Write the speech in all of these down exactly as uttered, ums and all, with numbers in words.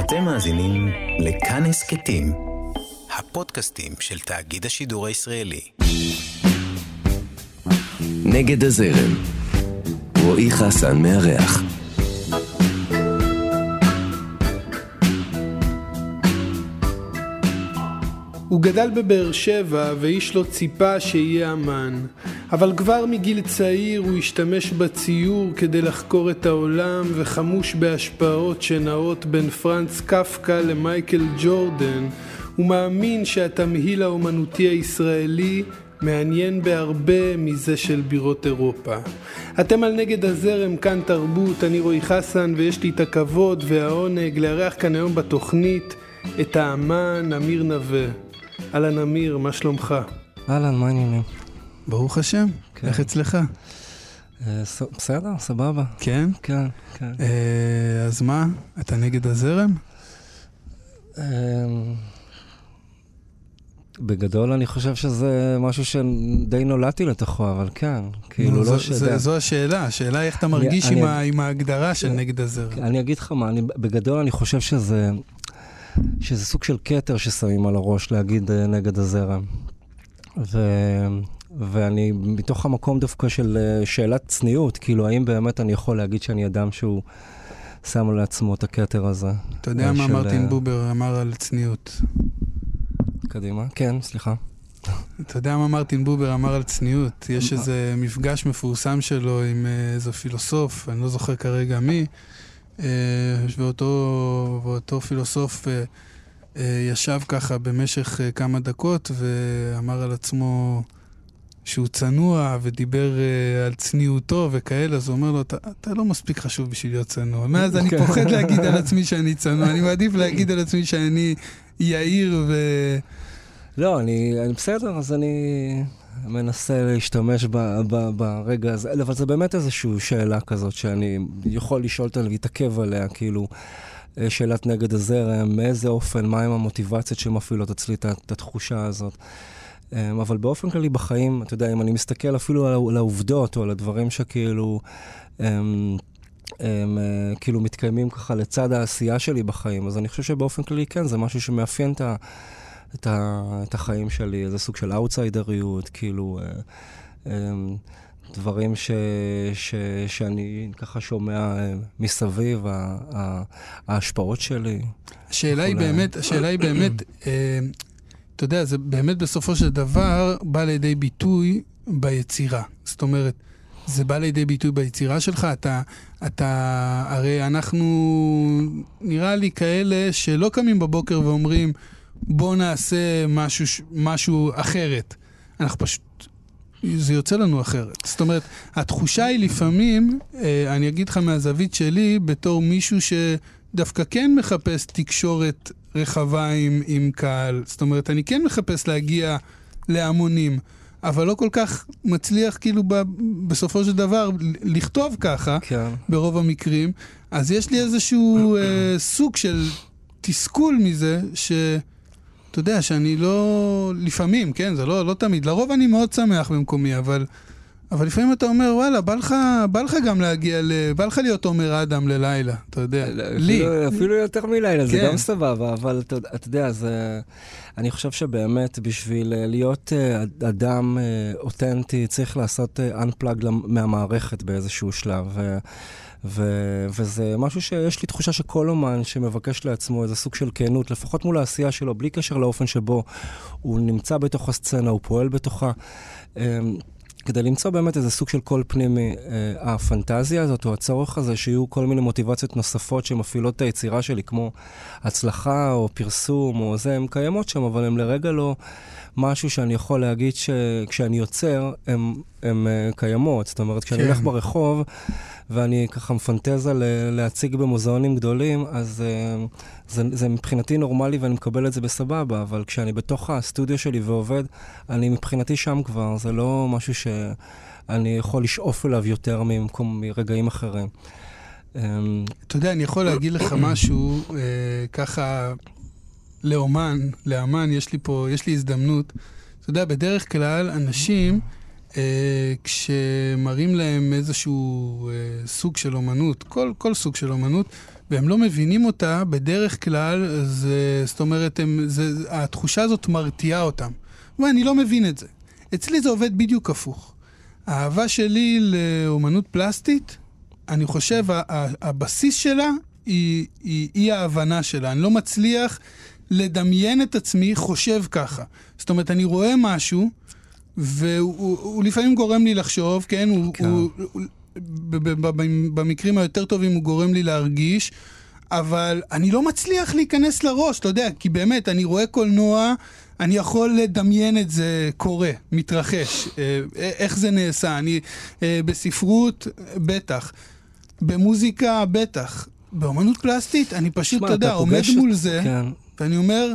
אתם מאזינים לכאן הסכתים, הפודקאסטים של תאגיד השידור הישראלי. נגד הזרם, רועי חסן מארח. הוא גדל בבאר שבע ואיש לא ציפה שיהיה אמן, אבל כבר מגיל צעיר הוא השתמש בציור כדי לחקור את העולם, וחמוש בהשפעות שנעות בין פרנץ קפקא למייקל ג'ורדן. הוא מאמין שהתמהיל האומנותי הישראלי מעניין בהרבה מזה של בירות אירופה. אתם על נגד הזרם, כאן תרבות, אני רועי חסן, ויש לי את הכבוד והעונג לארח כאן היום בתוכנית את האמן אמיר נווה. אהלן אמיר, מה שלומך? אהלן, מה העניינים? ברוך השם, כן. איך אצלך? אה, ס... בסדר, סבבה. כן? כן, כן. אה, אז מה? אתה נגד הזרם? אה, בגדול אני חושב שזה משהו שדי נולדתי לתוכו, אבל כן, כאילו לא זו, שדע. זו, זו השאלה, השאלה איך אתה מרגיש אני, עם, אני, ה, עם ההגדרה של נגד הזרם. אני אגיד לך מה, אני, בגדול אני חושב שזה, שזה סוג של קטר ששמים על הראש להגיד נגד הזרם. ו... ואני מתוך המקום דווקא של שאלת צניעות, כאילו האם באמת אני יכול להגיד שאני אדם שהוא שם לעצמו את הקטר הזה. אתה יודע מה מרטין בובר אמר על צניעות? קדימה, כן, סליחה. אתה יודע מה מרטין בובר אמר על צניעות? יש איזה מפגש מפורסם שלו עם איזה פילוסוף, אני לא זוכר כרגע מי, ואותו, ואותו פילוסוף ישב ככה במשך כמה דקות ואמר על עצמו שהוא צנוע ודיבר uh, על צניעותו וכאלה, אז הוא אומר לו, אתה, אתה לא מספיק חשוב בשביל להיות צנוע. מאז אני פוחד להגיד על עצמי שאני צנוע, אני מעדיף להגיד על עצמי שאני יאיר ו... לא, אני, אני בסדר, אז אני מנסה להשתמש ב, ב, ברגע הזה, אבל זה באמת איזושהי שאלה כזאת שאני יכול לשאול אותה ולהתעכב עליה, כאילו, שאלת נגד הזרם, מאיזה אופן, מהם המוטיבציות שמפעילות אצלי את, את התחושה הזאת. אבל באופן כללי בחיים, אתה יודע, אם אני מסתכל אפילו על העובדות או על הדברים שכאילו הם, הם, כאילו מתקיימים ככה לצד העשייה שלי בחיים, אז אני חושב שבאופן כללי כן, זה משהו שמאפיין את, ה, את, ה, את החיים שלי, איזה סוג של אאוטסיידריות, כאילו דברים ש, ש, שאני ככה שומע מסביב, ההשפעות שלי. השאלה היא באמת, השאלה היא באמת, אתה יודע, זה באמת בסופו של דבר בא לידי ביטוי ביצירה. זאת אומרת, זה בא לידי ביטוי ביצירה שלך. אתה, אתה, הרי אנחנו נראה לי כאלה שלא קמים בבוקר ואומרים, בוא נעשה משהו, משהו אחרת. אנחנו פשוט, זה יוצא לנו אחרת. זאת אומרת, התחושה היא לפעמים, אני אגיד לך מהזווית שלי, בתור מישהו שדווקא כן מחפש תקשורת רחבה עם, עם קהל. זאת אומרת, אני כן מחפש להגיע להמונים, אבל לא כל כך מצליח כאילו ב, בסופו של דבר לכתוב ככה, כן. ברוב המקרים. אז יש לי איזשהו אה, סוג של תסכול מזה, שאתה יודע, שאני לא, לפעמים, כן, זה לא, לא תמיד, לרוב אני מאוד שמח במקומי, אבל אבל לפעמים אתה אומר, וואלה, בא לך, בא לך גם להגיע, בא לך להיות עומר אדם ללילה, אתה יודע. לי. אפילו, אפילו יותר מלילה, זה גם סבבה, אבל אתה, אתה יודע, זה, אני חושב שבאמת בשביל להיות אדם אותנטי, צריך לעשות unplug מהמערכת באיזשהו שלב, ו, ו, וזה משהו שיש לי תחושה שכל אומן שמבקש לעצמו איזה סוג של כנות, לפחות מול העשייה שלו, בלי קשר לאופן שבו הוא נמצא בתוך הסצנה, הוא פועל בתוכה, כדי למצוא באמת איזה סוג של קול פנימי, אה, הפנטזיה הזאת או הצורך הזה, שיהיו כל מיני מוטיבציות נוספות שמפעילות את היצירה שלי, כמו הצלחה או פרסום או זה, הן קיימות שם, אבל הן לרגע לא משהו שאני יכול להגיד שכשאני יוצר, הן, הן uh, קיימות. זאת אומרת, כשאני הולך ברחוב, ואני ככה מפנטזה להציג במוזיאונים גדולים, אז uh, זה, זה מבחינתי נורמלי ואני מקבל את זה בסבבה, אבל כשאני בתוך הסטודיו שלי ועובד, אני מבחינתי שם כבר, זה לא משהו שאני יכול לשאוף אליו יותר ממקום, מרגעים אחרים. אתה יודע, אני יכול להגיד לך משהו, ככה לאומן, לאמן, יש לי פה, יש לי הזדמנות. אתה יודע, בדרך כלל אנשים כשמראים להם איזשהו סוג של אומנות, כל, כל סוג של אומנות, והם לא מבינים אותה, בדרך כלל, זה, זאת אומרת, הם, זה, התחושה הזאת מרתיעה אותם. ואני לא מבין את זה. אצלי זה עובד בדיוק הפוך. האהבה שלי לאומנות פלסטית, אני חושב, הבסיס שלה היא, היא, היא ההבנה שלה. אני לא מצליח לדמיין את עצמי חושב ככה. זאת אומרת, אני רואה משהו, והוא הוא לפעמים גורם לי לחשוב, כן? הוא, כן. הוא, הוא, במקרים היותר טובים הוא גורם לי להרגיש, אבל אני לא מצליח להיכנס לראש, אתה יודע, כי באמת, אני רואה קולנוע, אני יכול לדמיין את זה קורה, מתרחש, איך זה נעשה. אני בספרות, בטח. במוזיקה, בטח. באמנות פלסטית, אני פשוט, אתה יודע, עומד מול זה, כן. ואני אומר,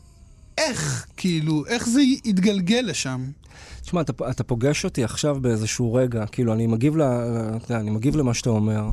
איך, כאילו, איך זה יתגלגל לשם? תשמע, אתה, אתה פוגש אותי עכשיו באיזשהו רגע, כאילו, אני מגיב, ל, אני מגיב למה שאתה אומר,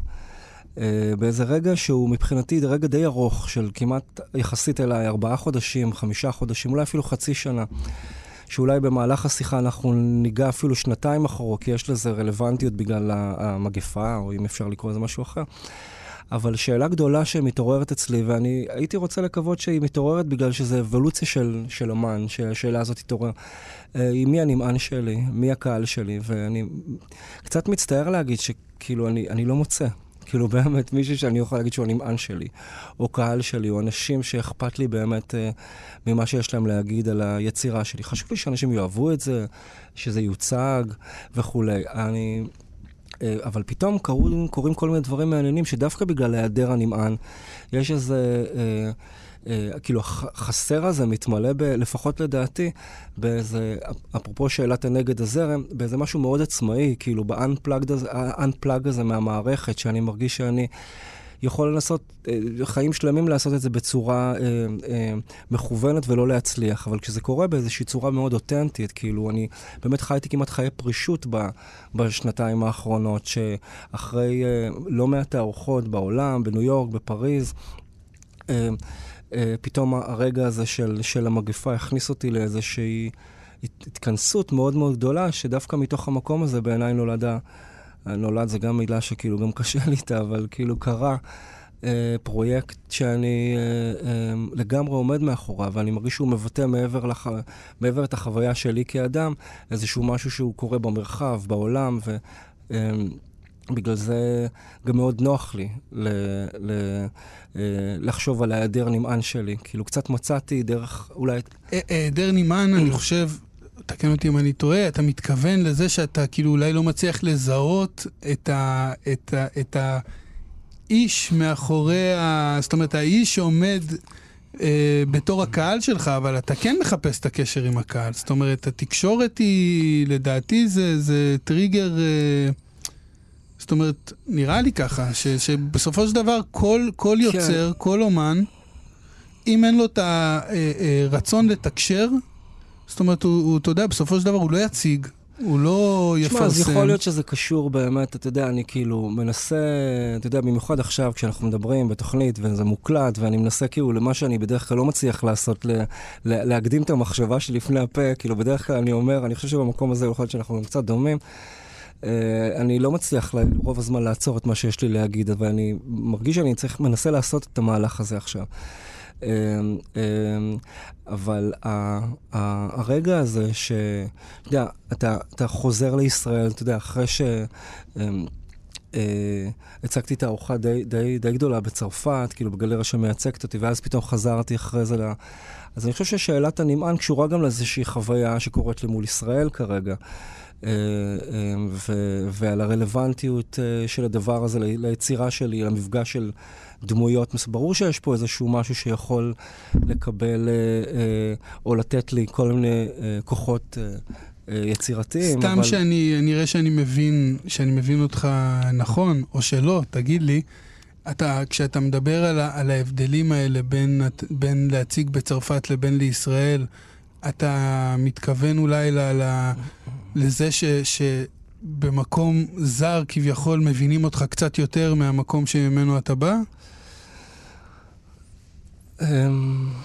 באיזה רגע שהוא מבחינתי רגע די ארוך, של כמעט יחסית אליי, ארבעה חודשים, חמישה חודשים, אולי אפילו חצי שנה, שאולי במהלך השיחה אנחנו ניגע אפילו שנתיים אחרו, כי יש לזה רלוונטיות בגלל המגפה, או אם אפשר לקרוא לזה משהו אחר. אבל שאלה גדולה שמתעוררת אצלי, ואני הייתי רוצה לקוות שהיא מתעוררת בגלל שזה אבולוציה של, של אומן, שהשאלה הזאת תתעורר. היא מי הנמען שלי, מי הקהל שלי, ואני קצת מצטער להגיד שכאילו אני, אני לא מוצא. כאילו באמת מישהו שאני יכול להגיד שהוא הנמען שלי, או קהל שלי, או אנשים שאכפת לי באמת uh, ממה שיש להם להגיד על היצירה שלי. חשוב לי שאנשים יאהבו את זה, שזה יוצג וכו'. אני... אבל פתאום קורים, קורים כל מיני דברים מעניינים שדווקא בגלל היעדר הנמען, יש איזה, אה, אה, כאילו החסר הזה מתמלא, ב, לפחות לדעתי, באיזה, אפרופו שאלת הנגד הזרם, באיזה משהו מאוד עצמאי, כאילו ב-unplugged הזה, unplug הזה מהמערכת, שאני מרגיש שאני יכול לנסות, אה, חיים שלמים לעשות את זה בצורה אה, אה, מכוונת ולא להצליח, אבל כשזה קורה באיזושהי צורה מאוד אותנטית, כאילו אני באמת חייתי כמעט חיי פרישות ב, בשנתיים האחרונות, שאחרי אה, לא מעט תערוכות בעולם, בניו יורק, בפריז, אה, אה, פתאום הרגע הזה של, של המגפה הכניס אותי לאיזושהי התכנסות מאוד מאוד גדולה, שדווקא מתוך המקום הזה בעיניי נולדה, נולד זה גם מילה שכאילו גם קשה לי איתה, אבל כאילו קרה אה, פרויקט שאני אה, אה, לגמרי עומד מאחוריו, ואני מרגיש שהוא מבטא מעבר, לח... מעבר את החוויה שלי כאדם, איזשהו משהו שהוא קורה במרחב, בעולם, ובגלל אה, זה גם מאוד נוח לי ל... ל... אה, לחשוב על ההיעדר נמען שלי. כאילו קצת מצאתי דרך אולי... היעדר נמען, אני חושב... תקן אותי אם אני טועה, אתה מתכוון לזה שאתה כאילו אולי לא מצליח לזהות את ה... את ה... את האיש מאחורי ה... זאת אומרת, האיש שעומד אה, בתור הקהל שלך, אבל אתה כן מחפש את הקשר עם הקהל. זאת אומרת, התקשורת היא, לדעתי, זה, זה טריגר... אה, זאת אומרת, נראה לי ככה, ש, שבסופו של דבר כל, כל יוצר, כן. כל אומן, אם אין לו את הרצון לתקשר, זאת אומרת, הוא, הוא, אתה יודע, בסופו של דבר הוא לא יציג, הוא לא יפרסם. שמה, אז יכול להיות שזה קשור באמת, אתה יודע, אני כאילו מנסה, אתה יודע, במיוחד עכשיו, כשאנחנו מדברים בתוכנית, וזה מוקלט, ואני מנסה כאילו למה שאני בדרך כלל לא מצליח לעשות, ל, ל, להקדים את המחשבה שלי לפני הפה, כאילו בדרך כלל אני אומר, אני חושב שבמקום הזה יכול להיות שאנחנו גם קצת דומים, Uh, אני לא מצליח רוב הזמן לעצור את מה שיש לי להגיד, אבל אני מרגיש שאני צריך, מנסה לעשות את המהלך הזה עכשיו. Uh, uh, אבל uh, uh, הרגע הזה ש... אתה יודע, אתה, אתה חוזר לישראל, אתה יודע, אחרי ש... Uh, uh, הצגתי את הארוחה די, די, די גדולה בצרפת, כאילו בגלריה שמייצגת אותי, ואז פתאום חזרתי אחרי זה ל... אז אני חושב ששאלת הנמען קשורה גם לאיזושהי חוויה שקורית לי מול ישראל כרגע. ו- ועל הרלוונטיות של הדבר הזה ליצירה שלי, למפגש של דמויות. ברור שיש פה איזשהו משהו שיכול לקבל או לתת לי כל מיני כוחות יצירתיים. סתם אבל... שאני, נראה שאני מבין, שאני מבין אותך נכון, או שלא, תגיד לי, אתה, כשאתה מדבר על, על ההבדלים האלה בין, בין להציג בצרפת לבין לישראל, אתה מתכוון אולי ל... ל- לזה ש, שבמקום זר כביכול מבינים אותך קצת יותר מהמקום שממנו אתה בא?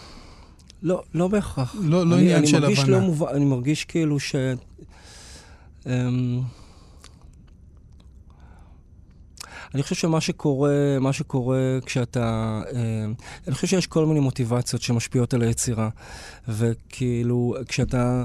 לא, לא בהכרח. לא, לא עניין של הבנה. אני מרגיש כאילו ש... אני חושב שמה שקורה, מה שקורה כשאתה, אני חושב שיש כל מיני מוטיבציות שמשפיעות על היצירה, וכאילו, כשאתה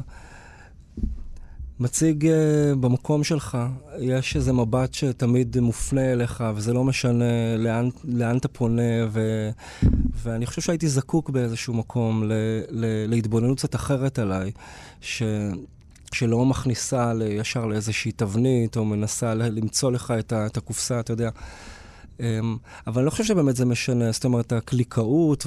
מציג במקום שלך, יש איזה מבט שתמיד מופנה אליך, וזה לא משנה לאן, לאן אתה פונה, ו, ואני חושב שהייתי זקוק באיזשהו מקום ל, ל, להתבוננות קצת אחרת עליי, ש... שלא מכניסה ישר לאיזושהי תבנית, או מנסה למצוא לך את, ה, את הקופסה, אתה יודע. אבל אני לא חושב שבאמת זה משנה, זאת אומרת, הקליקאות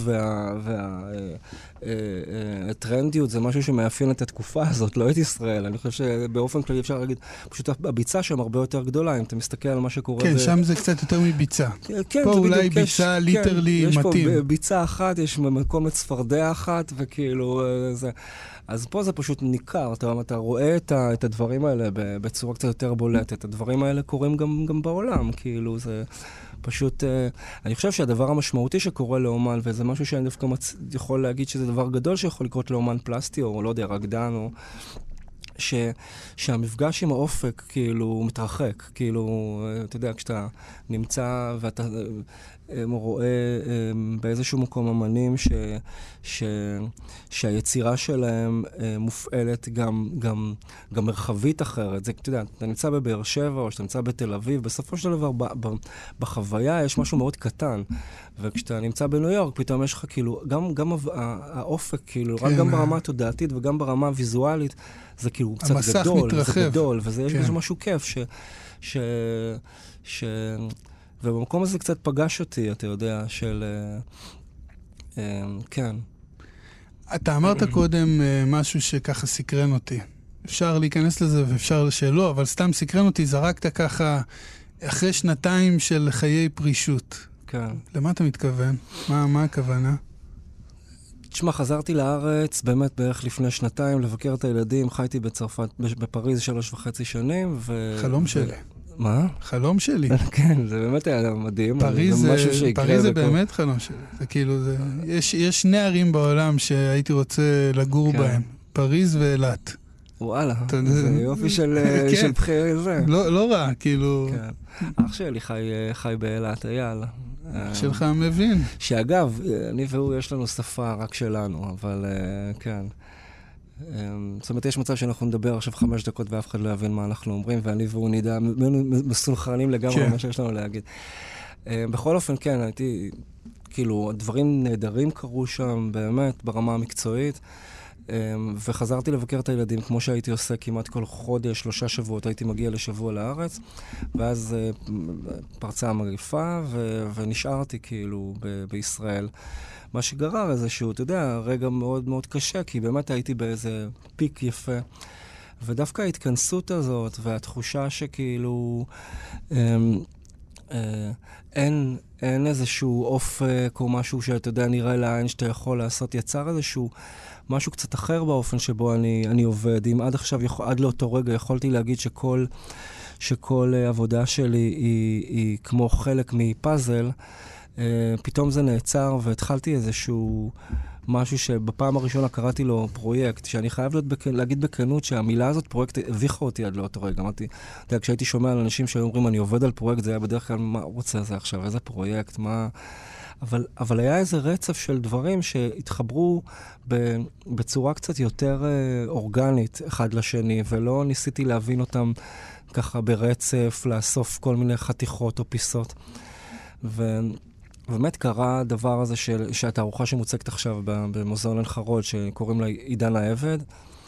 והטרנדיות זה משהו שמאפיין את התקופה הזאת, לא את ישראל. אני חושב שבאופן כללי אפשר להגיד, פשוט הביצה שם הרבה יותר גדולה, אם אתה מסתכל על מה שקורה. כן, שם זה קצת יותר מביצה. פה אולי ביצה ליטרלי מתאים. יש פה ביצה אחת, יש מקום לצפרדע אחת, וכאילו זה... אז פה זה פשוט ניכר, אתה, אתה רואה את, ה, את הדברים האלה בצורה קצת יותר בולטת. הדברים האלה קורים גם, גם בעולם, כאילו זה פשוט... אני חושב שהדבר המשמעותי שקורה לאומן, וזה משהו שאני דווקא מצ... יכול להגיד שזה דבר גדול שיכול לקרות לאומן פלסטי, או לא יודע, רקדן, או... ש... שהמפגש עם האופק כאילו מתרחק, כאילו, אתה יודע, כשאתה נמצא ואתה רואה באיזשהו מקום אמנים ש... ש... שהיצירה שלהם מופעלת גם, גם, גם מרחבית אחרת. זה, אתה יודע, אתה נמצא בבאר שבע או שאתה נמצא בתל אביב, בסופו של דבר ב... ב... בחוויה יש משהו מאוד קטן, וכשאתה נמצא בניו יורק, פתאום יש לך כאילו, גם, גם האופק, כאילו, כן. רק גם ברמה התודעתית וגם ברמה הוויזואלית, זה כאילו קצת גדול, מתרחב. זה גדול, וזה יש בזה משהו כיף, ש, ש, ש, ובמקום הזה קצת פגש אותי, אתה יודע, של, כן. אתה אמרת קודם משהו שככה סקרן אותי. אפשר להיכנס לזה ואפשר שלא, אבל סתם סקרן אותי, זרקת ככה אחרי שנתיים של חיי פרישות. כן. למה אתה מתכוון? מה, מה הכוונה? תשמע, חזרתי לארץ באמת בערך לפני שנתיים לבקר את הילדים, חייתי בצרפת, בפריז שלוש וחצי שנים, ו... חלום שלי. מה? חלום שלי. כן, זה באמת היה מדהים. פריז זה, פריז זה באמת חלום שלי. זה כאילו, זה... יש, יש שני ערים בעולם שהייתי רוצה לגור כן. בהם, פריז ואילת. וואלה, זה יופי של, כן. של בחיר זה. לא, לא רע, כאילו... כן. אח שלי חי, חי באילת, אייל. שלך מבין. שאגב, אני והוא יש לנו שפה רק שלנו, אבל כן. זאת אומרת, יש מצב שאנחנו נדבר עכשיו חמש דקות ואף אחד לא יבין מה אנחנו אומרים, ואני והוא נדע, מסונכרנים לגמרי מה שיש לנו להגיד. בכל אופן, כן, הייתי, כאילו, דברים נהדרים קרו שם, באמת, ברמה המקצועית, וחזרתי לבקר את הילדים, כמו שהייתי עושה כמעט כל חודש, שלושה שבועות, הייתי מגיע לשבוע לארץ, ואז פרצה המגפה, ונשארתי כאילו ב- בישראל. מה שגרר איזשהו, אתה יודע, רגע מאוד מאוד קשה, כי באמת הייתי באיזה פיק יפה. ודווקא ההתכנסות הזאת, והתחושה שכאילו אין, אין, אין איזשהו אופק או משהו שאתה יודע, נראה לעין שאתה יכול לעשות, יצר איזשהו משהו קצת אחר באופן שבו אני, אני עובד. אם עד עכשיו, יכול, עד לאותו רגע יכולתי להגיד שכל, שכל עבודה שלי היא, היא כמו חלק מפאזל, פתאום זה נעצר והתחלתי איזשהו משהו שבפעם הראשונה קראתי לו פרויקט, שאני חייב להיות בכ... להגיד בכנות שהמילה הזאת פרויקט הביכה אותי עד לאותו רגע. אמרתי, אתה יודע, כשהייתי שומע על אנשים שהיו אומרים אני עובד על פרויקט, זה היה בדרך כלל מה רוצה זה עכשיו, איזה פרויקט, מה... אבל, אבל היה איזה רצף של דברים שהתחברו ב... בצורה קצת יותר uh, אורגנית אחד לשני, ולא ניסיתי להבין אותם ככה ברצף, לאסוף כל מיני חתיכות או פיסות. ו... באמת קרה הדבר הזה של, שהתערוכה שמוצגת עכשיו במוזיאון עין חרוד, שקוראים לה עידן העבד,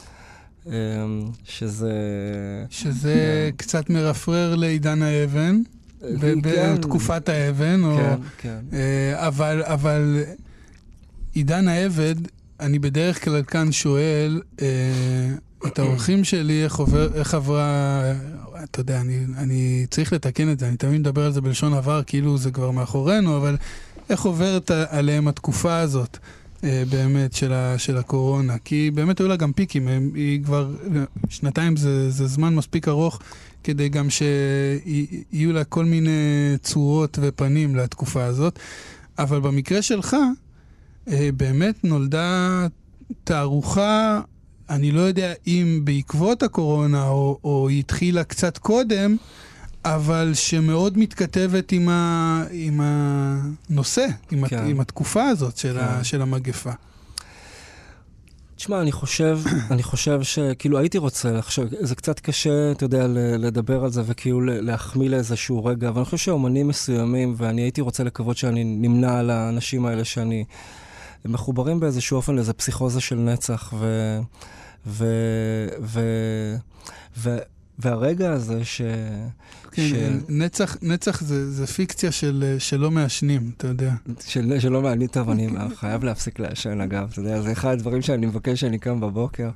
שזה... שזה קצת מרפרר לעידן האבן, בתקופת האבן, כן, כן. אבל, אבל עידן העבד, אני בדרך כלל כאן שואל את האורחים שלי, איך עובר, איך עברה... אתה יודע, אני, אני צריך לתקן את זה, אני תמיד מדבר על זה בלשון עבר, כאילו זה כבר מאחורינו, אבל איך עוברת עליהם התקופה הזאת, אה, באמת, של, ה, של הקורונה? כי באמת היו לה גם פיקים, הם, היא כבר, שנתיים זה, זה זמן מספיק ארוך, כדי גם שיהיו לה כל מיני צורות ופנים לתקופה הזאת, אבל במקרה שלך, אה, באמת נולדה תערוכה אני לא יודע אם בעקבות הקורונה, או, או התחילה קצת קודם, אבל שמאוד מתכתבת עם, ה, עם הנושא, עם, כן. עם התקופה הזאת של, כן. ה, של המגפה. תשמע, אני חושב, אני חושב שכאילו הייתי רוצה לחשוב, זה קצת קשה, אתה יודע, לדבר על זה וכאילו להחמיא לאיזשהו רגע, אבל אני חושב שאומנים מסוימים, ואני הייתי רוצה לקוות שאני נמנע על האנשים האלה שאני מחוברים באיזשהו אופן לאיזה פסיכוזה של נצח, ו... ו... ו... ו... והרגע הזה ש... כן, ש... נצח, נצח זה, זה פיקציה של, שלא מעשנים, אתה יודע. של, שלא מעשנים, טוב, אני חייב להפסיק לעשן, אגב, אתה יודע, זה אחד הדברים שאני מבקש שאני קם בבוקר.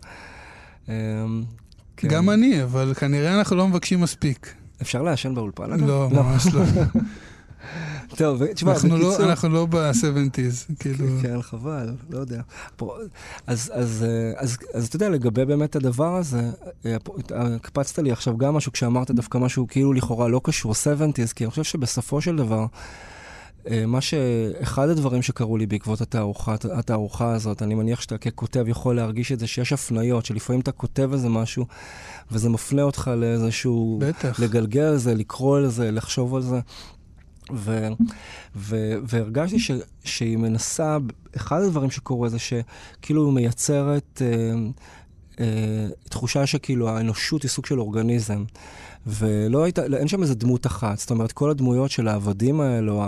כן. גם אני, אבל כנראה אנחנו לא מבקשים מספיק. אפשר לעשן באולפן, אגב? לא, ממש לא. טוב, תשמע, אנחנו לא, אנחנו לא ב-שבעים, כאילו. כן, חבל, לא יודע. אז, אז, אז, אז אתה יודע, לגבי באמת הדבר הזה, קפצת לי עכשיו גם משהו, כשאמרת דווקא משהו כאילו לכאורה לא קשור, שבעים, כי אני חושב שבסופו של דבר, מה שאחד הדברים שקרו לי בעקבות התערוכה, התערוכה הזאת, אני מניח שאתה ככותב יכול להרגיש את זה, שיש הפניות, שלפעמים אתה כותב איזה משהו, וזה מפנה אותך לאיזשהו... בטח. לגלגל על זה, לקרוא על זה, לחשוב על זה. ו, ו, והרגשתי ש, שהיא מנסה, אחד הדברים שקורה זה שכאילו היא מייצרת אה, אה, תחושה שכאילו האנושות היא סוג של אורגניזם, ולא הייתה, אין שם איזו דמות אחת, זאת אומרת כל הדמויות של העבדים האלו,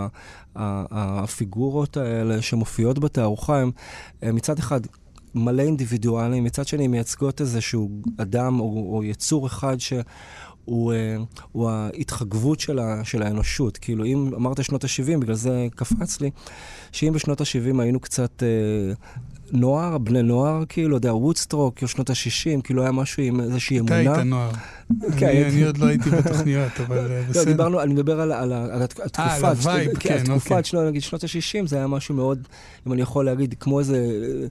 הפיגורות האלה שמופיעות בתערוכה, הם מצד אחד מלא אינדיבידואלים, מצד שני מייצגות איזשהו אדם או, או יצור אחד ש... הוא, הוא ההתחגבות של, ה, של האנושות. כאילו, אם אמרת שנות ה-שבעים, בגלל זה קפץ לי, שאם בשנות ה-שבעים היינו קצת אה, נוער, בני נוער, כאילו, יודע, וודסטרוק, או שנות ה-שישים, כאילו היה משהו עם איזושהי אמונה. אתה היית נוער. אני עוד לא הייתי בתוכניות, אבל בסדר. לא, דיברנו, אני מדבר על התקופה. אה, על הווייב, כן, אוקיי. התקופה, נגיד, שנות ה-שישים, זה היה משהו מאוד, אם אני יכול להגיד, כמו איזה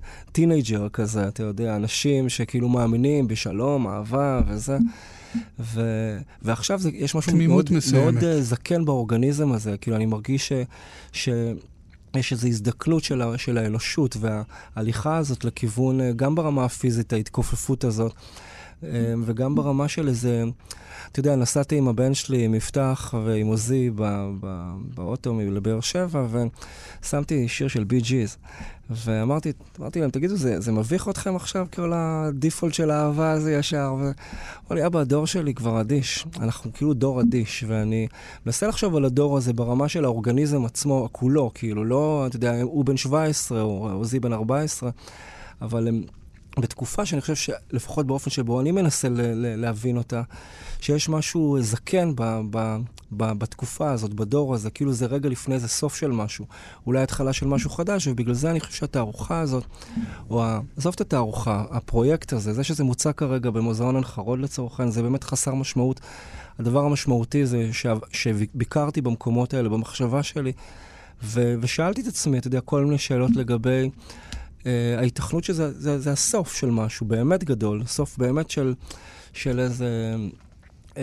טינג'ר כזה, אתה יודע, אנשים שכאילו מאמינים בשלום, אהבה וזה. ו... ועכשיו זה, יש משהו מאוד, מאוד uh, זקן באורגניזם הזה, כאילו אני מרגיש ש... ש... יש איזו הזדקלות של, ה... של האנושות, וההליכה הזאת לכיוון, uh, גם ברמה הפיזית, ההתכופפות הזאת, uh, וגם ברמה של איזה, אתה יודע, נסעתי עם הבן שלי, עם מפתח ועם עוזי ב... ב... באוטו לבאר שבע, ושמתי שיר של בי ג'יז. ואמרתי, אמרתי להם, תגידו, זה, זה מביך אתכם עכשיו כל הדיפולט של האהבה הזה ישר? ואמר לי, אבא, הדור שלי כבר אדיש. אנחנו כאילו דור אדיש, ואני מנסה לחשוב על הדור הזה ברמה של האורגניזם עצמו, כולו, כאילו, לא, אתה יודע, הוא בן שבע עשרה, או עוזי בן ארבע עשרה, אבל הם בתקופה שאני חושב שלפחות באופן שבו אני מנסה ל- ל- להבין אותה, שיש משהו זקן ב- ב- ב- בתקופה הזאת, בדור הזה, כאילו זה רגע לפני זה סוף של משהו, אולי התחלה של משהו חדש, ובגלל זה אני חושב שהתערוכה הזאת, או ה... עזוב את התערוכה, הפרויקט הזה, זה שזה מוצא כרגע במוזיאון הנחרוד לצורכן, זה באמת חסר משמעות. הדבר המשמעותי זה ש... שביקרתי במקומות האלה, במחשבה שלי, ו... ושאלתי את עצמי, אתה יודע, כל מיני שאלות לגבי Uh, ההתכנות שזה זה, זה הסוף של משהו באמת גדול, סוף באמת של, של איזה... Uh,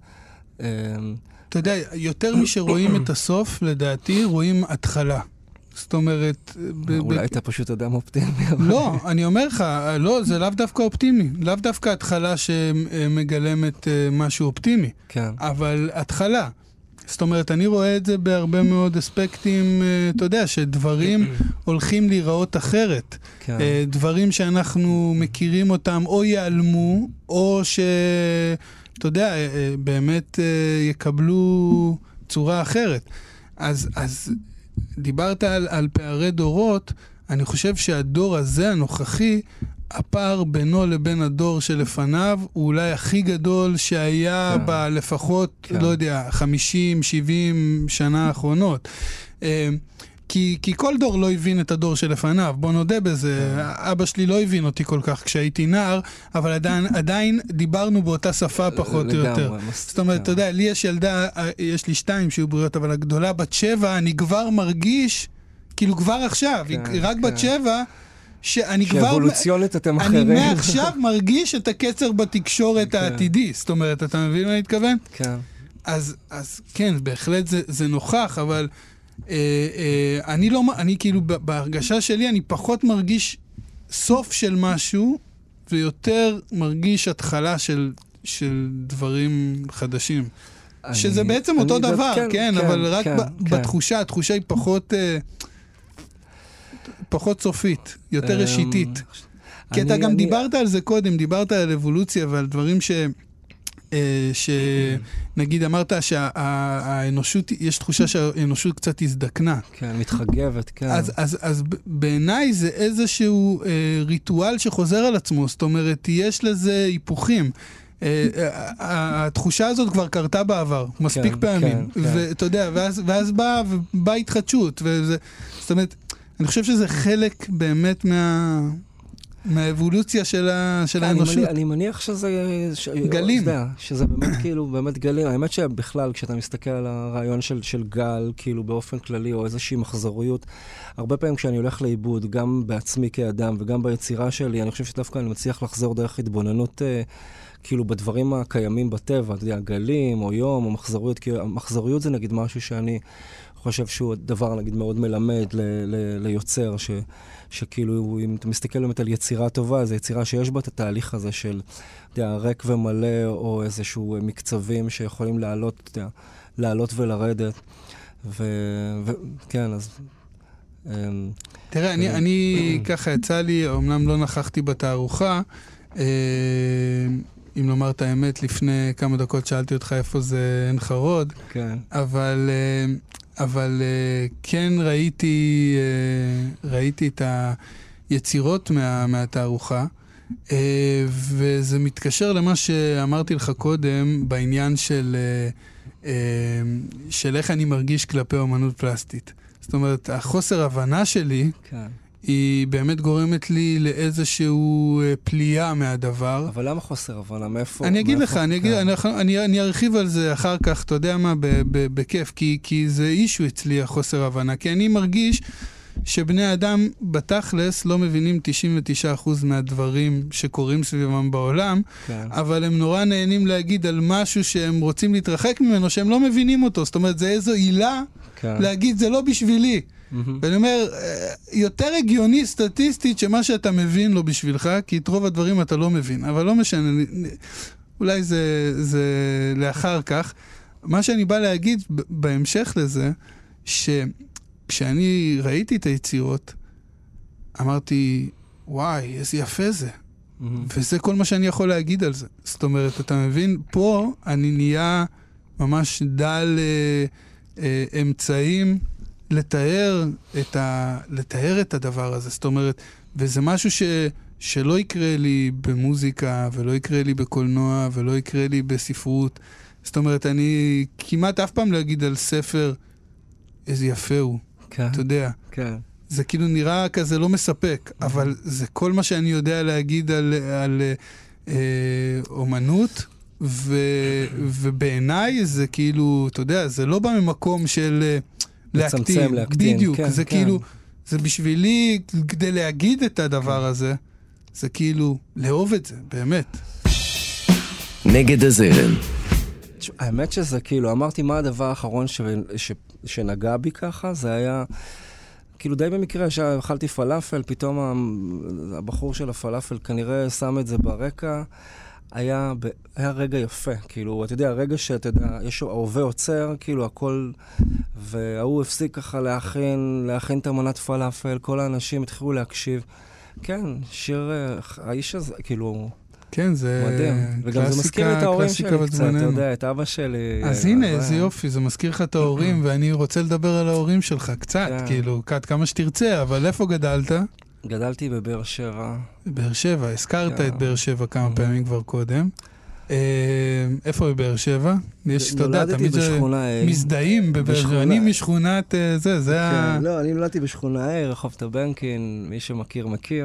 uh, אתה יודע, יותר משרואים את הסוף, לדעתי, רואים התחלה. זאת אומרת... אולי ב- אתה פשוט אדם אופטימי. לא, אני אומר לך, לא, זה לאו דווקא אופטימי. לאו דווקא התחלה שמגלמת משהו אופטימי. כן. אבל התחלה. זאת אומרת, אני רואה את זה בהרבה מאוד אספקטים, אתה יודע, שדברים הולכים להיראות אחרת. כן. דברים שאנחנו מכירים אותם או ייעלמו, או ש... אתה יודע, באמת יקבלו צורה אחרת. אז, אז דיברת על, על פערי דורות, אני חושב שהדור הזה, הנוכחי, הפער בינו לבין הדור שלפניו, הוא אולי הכי גדול שהיה כן. בה לפחות, כן. לא יודע, חמישים, שבעים שנה האחרונות. כי, כי כל דור לא הבין את הדור שלפניו, בוא נודה בזה. אבא שלי לא הבין אותי כל כך כשהייתי נער, אבל עדיין, עדיין דיברנו באותה שפה פחות או יותר. זאת אומרת, אתה יודע, לי יש ילדה, יש לי שתיים שהיו בריאות, אבל הגדולה בת שבע, אני כבר מרגיש, כאילו כבר עכשיו, היא רק בת שבע, שאני כבר... שאבולוציונית אתם אחרים. אני מעכשיו מרגיש את הקצר בתקשורת העתידי. זאת אומרת, אתה מבין מה אני מתכוון? כן. אז, אז כן, בהחלט זה, זה נוכח, אבל אה, אה, אני לא, אני כאילו, בהרגשה שלי, אני פחות מרגיש סוף של משהו, ויותר מרגיש התחלה של, של דברים חדשים. אני, שזה בעצם אותו דבר, כן, כן, כן, אבל רק כן, ב, כן. בתחושה, התחושה היא פחות, פחות סופית, יותר ראשיתית. כי אתה גם דיברת על זה קודם, דיברת על אבולוציה ועל דברים ש... שנגיד אמרת שהאנושות, יש תחושה שהאנושות קצת הזדקנה. כן, מתחגבת, כן. אז, אז, אז בעיניי זה איזשהו ריטואל שחוזר על עצמו, זאת אומרת, יש לזה היפוכים. התחושה הזאת כבר קרתה בעבר, מספיק פעמים. ואתה יודע, ואז באה התחדשות. זאת אומרת, אני חושב שזה חלק באמת מה... מהאבולוציה של, ה, של האנושות. אני, אני מניח שזה... ש, גלים. יודע, שזה באמת כאילו, באמת גלים. האמת שבכלל, כשאתה מסתכל על הרעיון של, של גל, כאילו באופן כללי, או איזושהי מחזוריות, הרבה פעמים כשאני הולך לאיבוד, גם בעצמי כאדם וגם ביצירה שלי, אני חושב שדווקא אני מצליח לחזור דרך התבוננות, אה, כאילו בדברים הקיימים בטבע, אתה יודע, גלים, או יום, או מחזוריות, כי המחזוריות זה נגיד משהו שאני חושב שהוא דבר, נגיד, מאוד מלמד ל, ל, ליוצר, ש... שכאילו, אם אתה מסתכל באמת על יצירה טובה, זו יצירה שיש בה את התהליך הזה של, אתה יודע, ריק ומלא, או איזשהו מקצבים שיכולים לעלות, אתה יודע, לעלות ולרדת. וכן, אז... תראה, אני, אני ככה יצא לי, אמנם לא נכחתי בתערוכה, אם לומר את האמת, לפני כמה דקות שאלתי אותך איפה זה אין חרוד, כן. אבל... אבל uh, כן ראיתי, uh, ראיתי את היצירות מה, מהתערוכה, uh, וזה מתקשר למה שאמרתי לך קודם, בעניין של, uh, uh, של איך אני מרגיש כלפי אומנות פלסטית. זאת אומרת, החוסר הבנה שלי, כן. היא באמת גורמת לי לאיזשהו פליאה מהדבר. אבל למה חוסר הבנה? מאיפה? אני אגיד לך, אני, אגיד, אני, אני, אני ארחיב על זה אחר כך, אתה יודע מה, בכיף, כי, כי זה אישו אצלי החוסר הבנה, כי אני מרגיש שבני אדם בתכלס לא מבינים תשעים ותשעה אחוז מהדברים שקורים סביבם בעולם, כן. אבל הם נורא נהנים להגיד על משהו שהם רוצים להתרחק ממנו, שהם לא מבינים אותו. זאת אומרת, זה איזו עילה כן. להגיד, זה לא בשבילי. ואני אומר, יותר הגיוני סטטיסטית שמה שאתה מבין לא בשבילך, כי את רוב הדברים אתה לא מבין, אבל לא משנה, אולי זה, זה לאחר כך. מה שאני בא להגיד בהמשך לזה, שכשאני ראיתי את היצירות, אמרתי, וואי, איזה יפה זה. וזה כל מה שאני יכול להגיד על זה. זאת אומרת, אתה מבין, פה אני נהיה ממש דל אה, אה, אמצעים, לתאר את, ה, לתאר את הדבר הזה, זאת אומרת, וזה משהו ש, שלא יקרה לי במוזיקה, ולא יקרה לי בקולנוע, ולא יקרה לי בספרות. זאת אומרת, אני כמעט אף פעם לא אגיד על ספר, איזה יפה הוא, כן, אתה יודע. כן. זה כאילו נראה כזה לא מספק, אבל זה כל מה שאני יודע להגיד על, על אה, אומנות, ו, ובעיניי זה כאילו, אתה יודע, זה לא בא ממקום של... לצמצם, להקטין. בדיוק, כן, זה כן. כאילו, זה בשבילי, כדי להגיד את הדבר הזה, זה כאילו, לאהוב את זה, באמת. נגד הזרם. האמת שזה כאילו, אמרתי מה הדבר האחרון ש... ש... שנגע בי ככה, זה היה, כאילו די במקרה שאכלתי פלאפל, פתאום הבחור של הפלאפל כנראה שם את זה ברקע, היה, ב... היה רגע יפה, כאילו, אתה יודע, הרגע שאתה יודע, יש ההווה עוצר, כאילו, הכל, והוא הפסיק ככה להכין, להכין את המנת פלאפל, כל האנשים התחילו להקשיב. כן, שיר, האיש הזה, כאילו, כן, זה מדהים. וגם זה מזכיר את ההורים שלי קצת, אתה יודע, את אבא שלי. אז הנה, איזה יופי, זה מזכיר לך את ההורים, ואני רוצה לדבר על ההורים שלך קצת, כאילו, כמה שתרצה, אבל איפה גדלת? גדלתי בבאר שבע. בבאר שבע, הזכרת את באר שבע כמה פעמים כבר קודם. איפה בבאר שבע? יש, אתה יודע, תמיד מזדהים בבאר שבע. אני משכונת זה, זה ה... לא, אני נולדתי בשכונה A, רחוב טבנקין, מי שמכיר מכיר.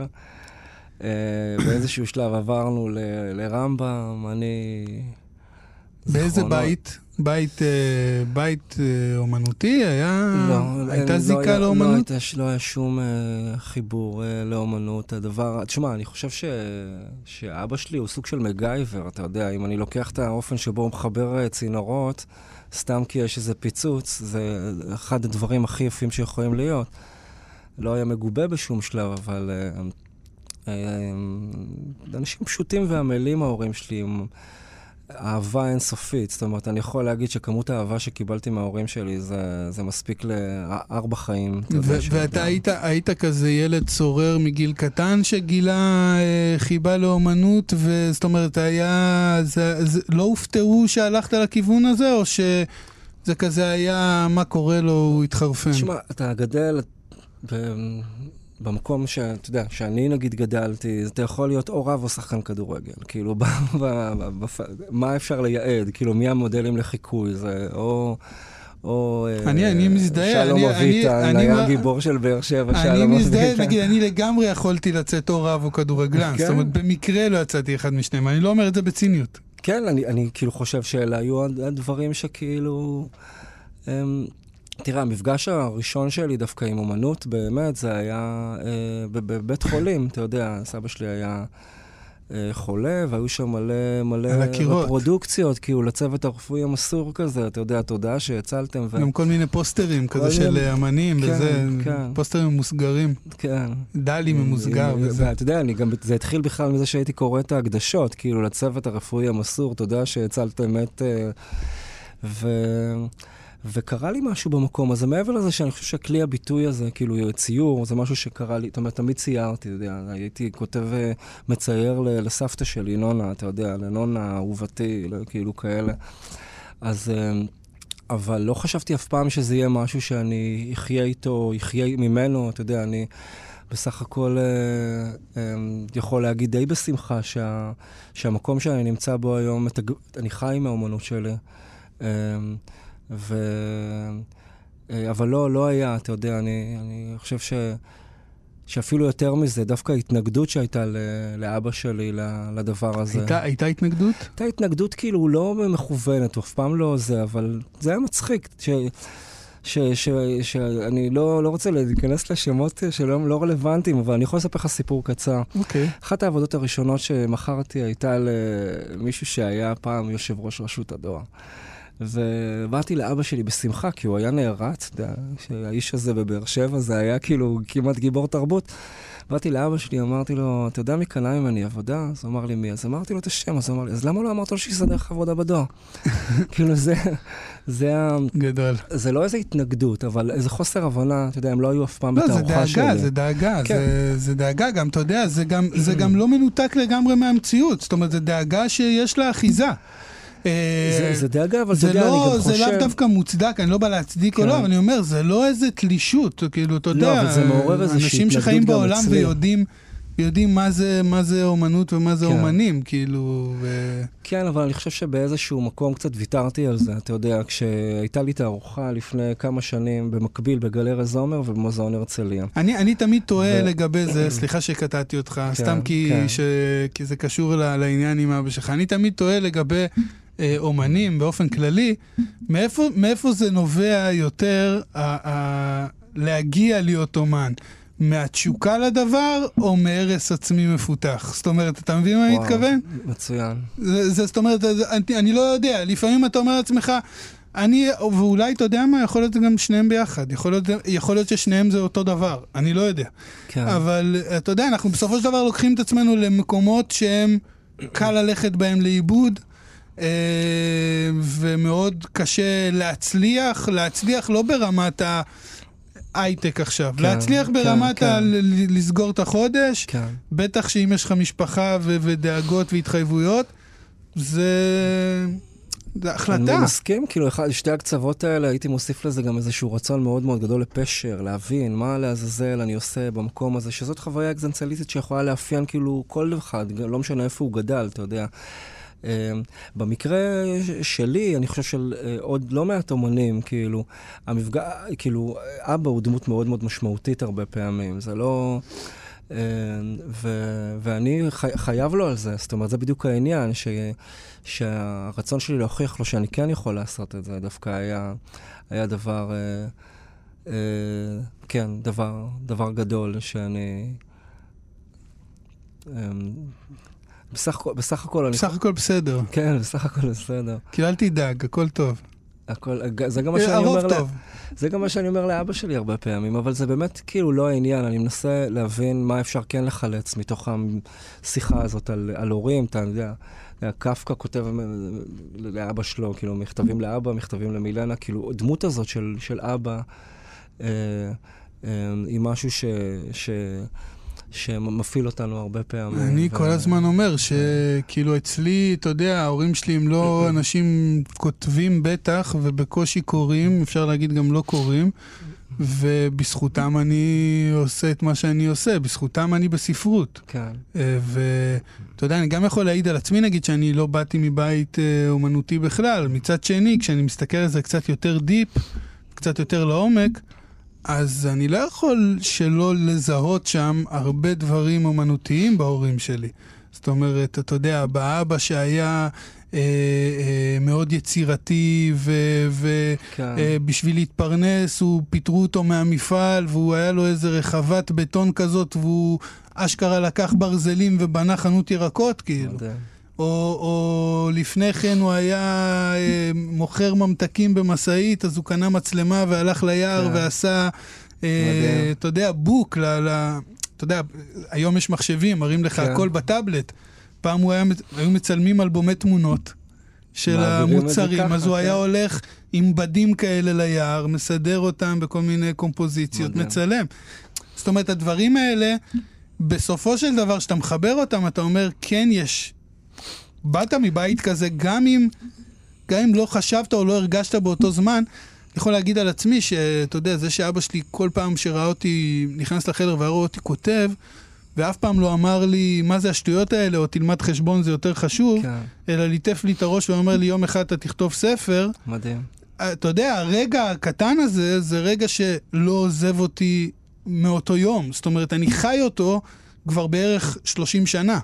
באיזשהו שלב עברנו לרמב"ם, אני... באיזה בית? בית, בית אומנותי? היה... לא, הייתה זיקה לאומנות? לא היה שום חיבור לאומנות. הדבר... תשמע, אני חושב ש... שאבא שלי הוא סוג של מגייבר, אתה יודע, אם אני לוקח את האופן שבו הוא מחבר צינורות, סתם כי יש איזה פיצוץ, זה אחד הדברים הכי יפים שיכולים להיות. לא היה מגובה בשום שלב, אבל... אנשים פשוטים ועמלים, ההורים שלי, עם אהבה אינסופית. זאת אומרת, אני יכול להגיד שכמות האהבה שקיבלתי מההורים שלי, זה, זה מספיק לארבע חיים. ו- ואתה היית, היית כזה ילד צורר מגיל קטן שגילה אה, חיבה לאומנות, וזאת אומרת, היה, זה, זה, לא הופתעו שהלכת לכיוון הזה, או שזה כזה היה, מה קורה לו, הוא התחרפן? תשמע, אתה גדל ב- במקום שאתה יודע, שאני נגיד גדלתי, אתה יכול להיות או רב או שחקן כדורגל. כאילו, ב- ב- ב- מה אפשר לייעד? כאילו, מי המודלים לחיקוי? זה או... או אני, אני מזדהה, שלום אביטן, היה גיבור של באר שבע, שלום אביטן. אני מזדהה, נגיד, אני לגמרי יכולתי לצאת או רב או כדורגלן, זאת אומרת, במקרה לא יצאתי אחד משניהם, אני לא אומר את זה בציניות. כן, אני, אני כאילו חושב שאלה היו הדברים שכאילו... תראה, המפגש הראשון שלי דווקא עם אומנות, באמת, זה היה בבית חולים, אתה יודע, סבא שלי היה... חולה, והיו שם מלא מלא פרודוקציות, כאילו לצוות הרפואי המסור כזה, אתה יודע, תודה שהצלתם. גם כל מיני פוסטרים כזה של אמנים, וזה, פוסטרים ממוסגרים. כן. דלי ממוסגר וזה. אתה יודע, זה התחיל בכלל מזה שהייתי קורא את ההקדשות, כאילו לצוות הרפואי המסור, תודה שהצלתם את... ו... וקרה לי משהו במקום הזה, מעבר לזה שאני חושב שהכלי הביטוי הזה, כאילו ציור, זה משהו שקרה לי, זאת אומרת, תמיד ציירתי, אתה יודע, הייתי כותב מצייר לסבתא שלי, נונה, אתה יודע, לנונה אהובתי, כאילו כאלה. אז, אבל לא חשבתי אף פעם שזה יהיה משהו שאני אחיה איתו, אחיה ממנו, אתה יודע, אני בסך הכל יכול להגיד די בשמחה שה, שהמקום שאני נמצא בו היום, אני חי מהאומנות שלי. ו... אבל לא, לא היה, אתה יודע, אני, אני חושב ש... שאפילו יותר מזה, דווקא ההתנגדות שהייתה ל... לאבא שלי, לדבר הזה. הייתה, הייתה התנגדות? הייתה התנגדות כאילו לא מכוונת, הוא אף פעם לא זה, אבל זה היה מצחיק, ש... ש... ש... שאני לא, לא רוצה להיכנס לשמות שלא לא רלוונטיים, אבל אני יכול לספר לך סיפור קצר. אוקיי. אחת העבודות הראשונות שמכרתי הייתה למישהו שהיה פעם יושב ראש רשות הדואר. ובאתי לאבא שלי בשמחה, כי הוא היה נערץ, שהאיש הזה בבאר שבע, זה היה כאילו כמעט גיבור תרבות. באתי לאבא שלי, אמרתי לו, אתה יודע מי קנה ממני עבודה? אז הוא אמר לי מי? אז אמרתי לו את השם, אז הוא אמר לי, אז למה לא אמרת לו שיסדר לך עבודה בדואר? כאילו זה, זה גדול. זה לא איזו התנגדות, אבל איזה חוסר הבנה, אתה יודע, הם לא היו אף פעם בתערוכה שלי. לא, זה דאגה, זה דאגה, זה דאגה גם, אתה יודע, זה גם לא מנותק לגמרי מהמציאות, זאת אומרת, זה דאגה שיש לה אחיזה. זה דאגה, אבל אתה יודע, אני גם חושב... זה לאו דווקא מוצדק, אני לא בא להצדיק או לא, אבל אני אומר, זה לא איזה תלישות, כאילו, אתה יודע, אנשים שחיים בעולם ויודעים יודעים מה זה, מה זה אומנות ומה זה אומנים, כאילו... כן, אבל אני חושב שבאיזשהו מקום קצת ויתרתי על זה, אתה יודע, כשהייתה לי תערוכה לפני כמה שנים במקביל בגלריה זומר ובמוזיאון הרצליה. אני, אני תמיד טועה לגבי זה, סליחה שקטעתי אותך, סתם כי זה קשור לעניין עם אבא שלך. אני תמיד טועה לגבי אומנים באופן כללי, מאיפה זה נובע יותר להגיע להיות אומן? מהתשוקה לדבר, או מהרס עצמי מפותח? זאת אומרת, אתה מבין מה אני מתכוון? מצוין. זה, זה, זאת אומרת, אני, אני לא יודע, לפעמים אתה אומר לעצמך, אני, ואולי אתה יודע מה, יכול להיות גם שניהם ביחד, יכול להיות, יכול להיות ששניהם זה אותו דבר, אני לא יודע. כן. אבל אתה יודע, אנחנו בסופו של דבר לוקחים את עצמנו למקומות שהם קל ללכת בהם לאיבוד, ומאוד קשה להצליח, להצליח לא ברמת ה... הייטק עכשיו. כן, להצליח ברמת כן, ה- כן. לסגור את החודש, כן. בטח שאם יש לך משפחה ו- ודאגות והתחייבויות, זה... זה החלטה. אני מסכים, כאילו, אחד, שתי הקצוות האלה, הייתי מוסיף לזה גם איזשהו רצון מאוד מאוד גדול לפשר, להבין מה לעזאזל אני עושה במקום הזה, שזאת חוויה אקזנציאליסטית שיכולה לאפיין כאילו כל אחד, לא משנה איפה הוא גדל, אתה יודע. Uh, במקרה שלי, אני חושב של uh, עוד לא מעט אומנים, כאילו, המפגע, כאילו, אבא הוא דמות מאוד מאוד משמעותית הרבה פעמים, זה לא... Uh, ו- ואני חי- חייב לו על זה, זאת אומרת, זה בדיוק העניין, ש- שהרצון שלי להוכיח לו שאני כן יכול לעשות את זה, דווקא היה, היה דבר, uh, uh, כן, דבר, דבר גדול שאני... Um, בסך הכל, בסך הכל... בסך הכל בסדר. כן, בסך הכל בסדר. כי אל תדאג, הכל טוב. הכל, זה גם מה שאני הרוב אומר טוב. לה, זה גם מה שאני אומר לאבא שלי הרבה פעמים, אבל זה באמת כאילו לא העניין, אני מנסה להבין מה אפשר כן לחלץ מתוך השיחה הזאת על, על הורים, אתה יודע, קפקא כותב לאבא שלו, כאילו מכתבים לאבא, מכתבים למילנה, כאילו דמות הזאת של, של אבא, אה, אה, היא משהו ש... ש שמפעיל אותנו הרבה פעמים. אני כל הזמן אומר שכאילו אצלי, אתה יודע, ההורים שלי הם לא אנשים כותבים בטח, ובקושי קוראים, אפשר להגיד גם לא קוראים, ובזכותם אני עושה את מה שאני עושה, בזכותם אני בספרות. כן. ואתה יודע, אני גם יכול להעיד על עצמי, נגיד, שאני לא באתי מבית אומנותי בכלל. מצד שני, כשאני מסתכל על זה קצת יותר דיפ, קצת יותר לעומק, אז אני לא יכול שלא לזהות שם הרבה דברים אומנותיים בהורים שלי. זאת אומרת, אתה יודע, באבא שהיה אה, אה, מאוד יצירתי, ובשביל כן. אה, להתפרנס, הוא פיטרו אותו מהמפעל, והוא היה לו איזה רחבת בטון כזאת, והוא אשכרה לקח ברזלים ובנה חנות ירקות, כאילו. או, או לפני כן הוא היה אה, מוכר ממתקים במסעית, אז הוא קנה מצלמה והלך ליער כן. ועשה, אה, אתה יודע, בוק, ל, ל, אתה יודע, היום יש מחשבים, מראים לך כן. הכל בטאבלט. פעם הוא היה, היו מצלמים אלבומי תמונות של המוצרים, אז הוא היה הולך עם בדים כאלה ליער, מסדר אותם בכל מיני קומפוזיציות, מצלם. זאת אומרת, הדברים האלה, בסופו של דבר, שאתה מחבר אותם, אתה אומר, כן יש... באת מבית כזה, גם אם, גם אם לא חשבת או לא הרגשת באותו זמן, אני יכול להגיד על עצמי שאתה יודע, זה שאבא שלי כל פעם שראה אותי, נכנס לחדר והראה אותי כותב, ואף פעם לא אמר לי, מה זה השטויות האלה, או תלמד חשבון זה יותר חשוב, כן. אלא ליטף לי את הראש ואומר לי, יום אחד אתה תכתוב ספר. מדהים. אתה יודע, הרגע הקטן הזה, זה רגע שלא עוזב אותי מאותו יום. זאת אומרת, אני חי אותו כבר בערך שלושים שנה.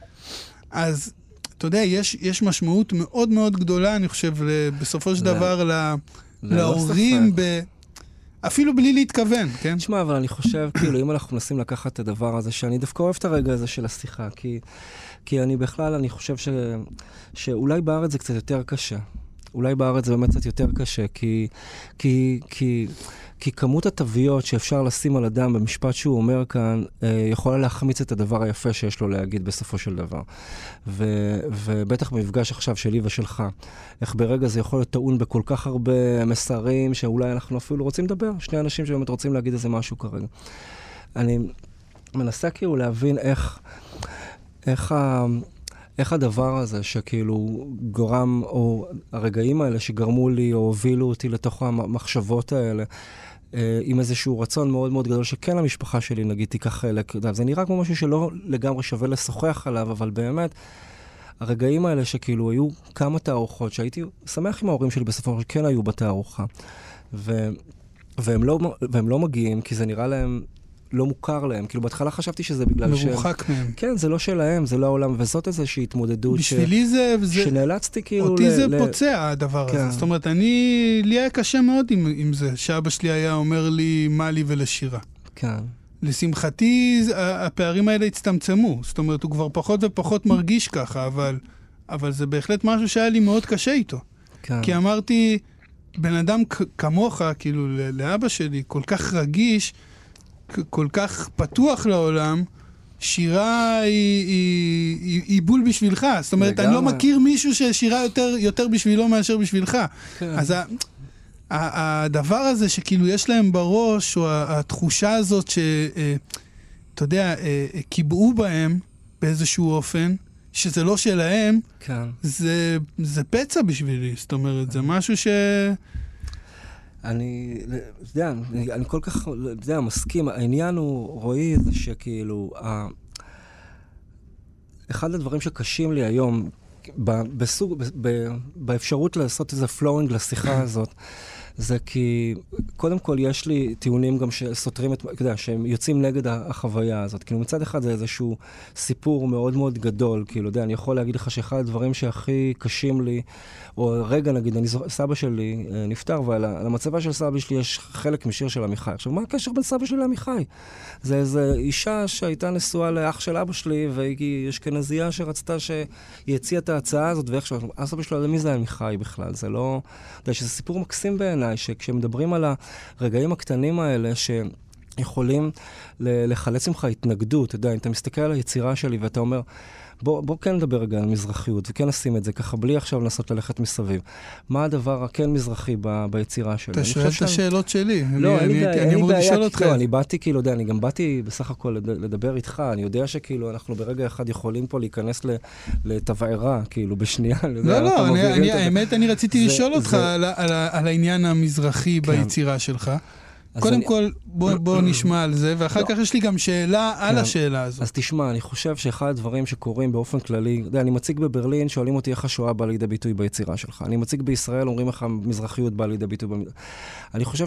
אז... אתה יודע, יש, יש משמעות מאוד מאוד גדולה, אני חושב, בסופו של דבר, ל, להורים, ב, אפילו בלי להתכוון, כן? תשמע, אבל אני חושב, כאילו, אם אנחנו מנסים לקחת את הדבר הזה, שאני דווקא אוהב את הרגע הזה של השיחה, כי, כי אני בכלל, אני חושב ש, שאולי בארץ זה קצת יותר קשה. אולי בארץ זה באמת קצת יותר קשה, כי, כי, כי, כי כמות התוויות שאפשר לשים על אדם במשפט שהוא אומר כאן, אה, יכולה להחמיץ את הדבר היפה שיש לו להגיד בסופו של דבר. ו, ובטח במפגש עכשיו שלי ושלך, איך ברגע זה יכול להיות טעון בכל כך הרבה מסרים, שאולי אנחנו אפילו רוצים לדבר, שני אנשים שבאמת רוצים להגיד איזה משהו כרגע. אני מנסה כאילו להבין איך, איך ה... איך הדבר הזה שכאילו גורם, או הרגעים האלה שגרמו לי או הובילו אותי לתוך המחשבות האלה, אה, עם איזשהו רצון מאוד מאוד גדול שכן המשפחה שלי נגיד תיקח חלק. זה נראה כמו משהו שלא לגמרי שווה לשוחח עליו, אבל באמת, הרגעים האלה שכאילו היו כמה תערוכות, שהייתי שמח עם ההורים שלי בסופו של כן היו בתערוכה. ו, והם, לא, והם לא מגיעים, כי זה נראה להם... לא מוכר להם. כאילו, בהתחלה חשבתי שזה בגלל שהם... מרוחק מהם. כן, זה לא שלהם, זה לא העולם, וזאת איזושהי התמודדות בשבילי ש... זה... שנאלצתי כאילו... אותי ל... זה ל... פוצע, הדבר כן. הזה. זאת אומרת, אני... לי היה קשה מאוד עם, עם זה, שאבא שלי היה אומר לי מה לי ולשירה. כן. לשמחתי, הפערים האלה הצטמצמו. זאת אומרת, הוא כבר פחות ופחות מרגיש ככה, אבל, אבל זה בהחלט משהו שהיה לי מאוד קשה איתו. כן. כי אמרתי, בן אדם כ- כמוך, כאילו, לאבא שלי, כל כך רגיש, כל כך פתוח לעולם, שירה היא, היא, היא, היא בול בשבילך. זאת אומרת, לגמרי. אני לא מכיר מישהו ששירה יותר, יותר בשבילו מאשר בשבילך. כן. אז ה, ה, הדבר הזה שכאילו יש להם בראש, או התחושה הזאת שאתה יודע, קיבעו בהם באיזשהו אופן, שזה לא שלהם, כן. זה, זה פצע בשבילי. זאת אומרת, כן. זה משהו ש... אני, אתה יודע, אני, אני כל כך, אתה יודע, מסכים. העניין הוא, רואי, זה שכאילו, ה... אחד הדברים שקשים לי היום, ב, בסוג, ב, ב, באפשרות לעשות איזה פלואינג לשיחה הזאת, זה כי, קודם כל, יש לי טיעונים גם שסותרים את, אתה יודע, שהם יוצאים נגד החוויה הזאת. כאילו, מצד אחד זה איזשהו סיפור מאוד מאוד גדול. כאילו, יודע, אני יכול להגיד לך שאחד הדברים שהכי קשים לי, או רגע, נגיד, אני, סבא שלי נפטר, ועל המצבה של סבא שלי יש חלק משיר של עמיחי. עכשיו, מה הקשר בין סבא שלי לעמיחי? זה איזו אישה שהייתה נשואה לאח של אבא שלי, והיא אשכנזייה שרצתה שיציע את ההצעה הזאת, ואיך שהוא, הסבא שלו, למי זה עמיחי בכלל? זה לא, אתה יודע, שזה סיפור מקסים בעיניי, שכשמדברים על הרגעים הקטנים האלה, שיכולים לחלץ ממך התנגדות, אתה יודע, אם אתה מסתכל על היצירה שלי ואתה אומר, בוא, בוא כן נדבר רגע על מזרחיות, וכן נשים את זה ככה, בלי עכשיו לנסות ללכת מסביב. מה הדבר הכן מזרחי ב, ביצירה שלי? אתה שואל את השאלות שלי. לא, אני, אני, אני אמור לשאול אותך. לא, אני באתי, כאילו, יודע, אני גם באתי בסך הכל לדבר איתך, אני יודע שכאילו, אנחנו ברגע אחד יכולים פה להיכנס לתבערה, כאילו, בשנייה. לא, לא, אני, אני, האמת, אני רציתי זה, לשאול זה, אותך זה... על, על, על העניין המזרחי כן. ביצירה שלך. קודם אני... כל, בוא, בוא נשמע על זה, ואחר לא. כך יש לי גם שאלה כן. על השאלה הזו. אז תשמע, אני חושב שאחד הדברים שקורים באופן כללי, יודע, אני מציג בברלין, שואלים אותי איך השואה באה לידי ביטוי ביצירה שלך. אני מציג בישראל, אומרים איך המזרחיות באה לידי ביטוי. במד... אני חושב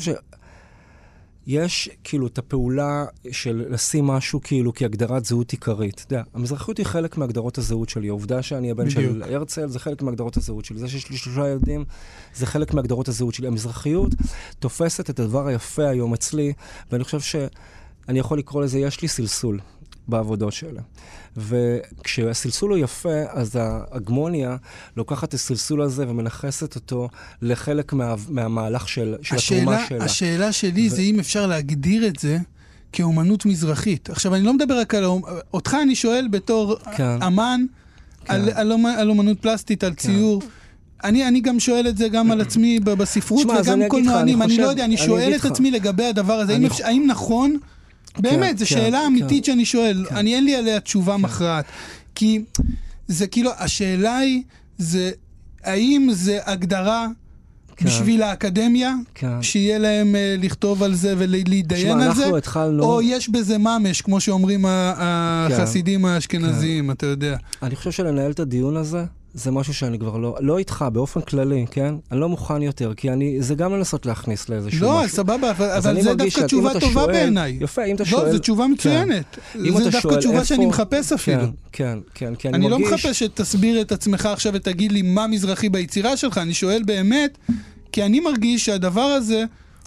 שיש כאילו את הפעולה של לשים משהו כאילו כהגדרת זהות עיקרית. אתה יודע, המזרחיות היא חלק מהגדרות הזהות שלי. העובדה שאני הבן בדיוק. של הרצל, זה חלק מהגדרות הזהות שלי. זה שיש לי שלושה ילדים, זה חלק מהגדרות הזהות שלי. המזרחיות תופסת את הדבר היפה היום אצלי, ואני חושב שאני יכול לקרוא לזה, יש לי סלסול בעבודות שלה. וכשהסלסול הוא יפה, אז ההגמוניה לוקחת את הסלסול הזה ומנחסת אותו לחלק מה, מהמהלך של, של השאלה, התרומה שלה. השאלה שלי ו... זה אם אפשר להגדיר את זה כאומנות מזרחית. עכשיו, אני לא מדבר רק על... אותך אני שואל בתור כן. אמן, כן. על, על, על אומנות פלסטית, על כן. ציור. אני, אני גם שואל את זה גם על עצמי בספרות שמה, וגם קולנוענים. אני, אני לא יודע, אני שואל את עצמי לגבי הדבר הזה. האם, אפשר, האם נכון... באמת, זו שאלה אמיתית שאני שואל. אני אין לי עליה תשובה מכרעת. כי זה כאילו, השאלה היא, זה, האם זה הגדרה בשביל האקדמיה, שיהיה להם לכתוב על זה ולהתדיין על זה, או יש בזה ממש, כמו שאומרים החסידים האשכנזיים, אתה יודע. אני חושב שלנהל את הדיון הזה, זה משהו שאני כבר לא, לא איתך, באופן כללי, כן? אני לא מוכן יותר, כי אני, זה גם לנסות להכניס לאיזשהו משהו. לא, סבבה, אבל זה דווקא תשובה טובה בעיניי. יפה, אם אתה שואל... לא, זו תשובה מצוינת. זה דווקא תשובה שאני מחפש אפילו. כן, כן, כן. אני לא מחפש שתסביר את עצמך עכשיו ותגיד לי מה מזרחי ביצירה שלך, אני שואל באמת, כי אני מרגיש שהדבר הזה,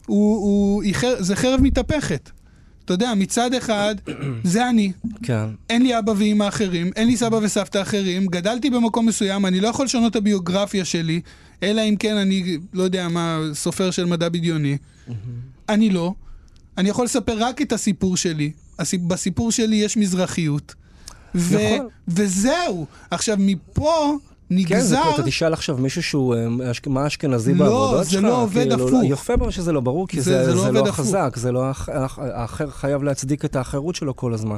זה חרב מתהפכת. אתה יודע, מצד אחד, זה אני. כן. אין לי אבא ואמא אחרים, אין לי סבא וסבתא אחרים, גדלתי במקום מסוים, אני לא יכול לשנות את הביוגרפיה שלי, אלא אם כן אני, לא יודע מה, סופר של מדע בדיוני. אני לא. אני יכול לספר רק את הסיפור שלי. בסיפור שלי יש מזרחיות. וזהו. עכשיו, מפה... נגזר... כן, אתה תשאל עכשיו מישהו שהוא, מה אשכנזי בעבודות שלך? לא, זה לא עובד הפוך. יפה בר שזה לא ברור, כי זה לא חזק, זה לא האחר חייב להצדיק את האחרות שלו כל הזמן.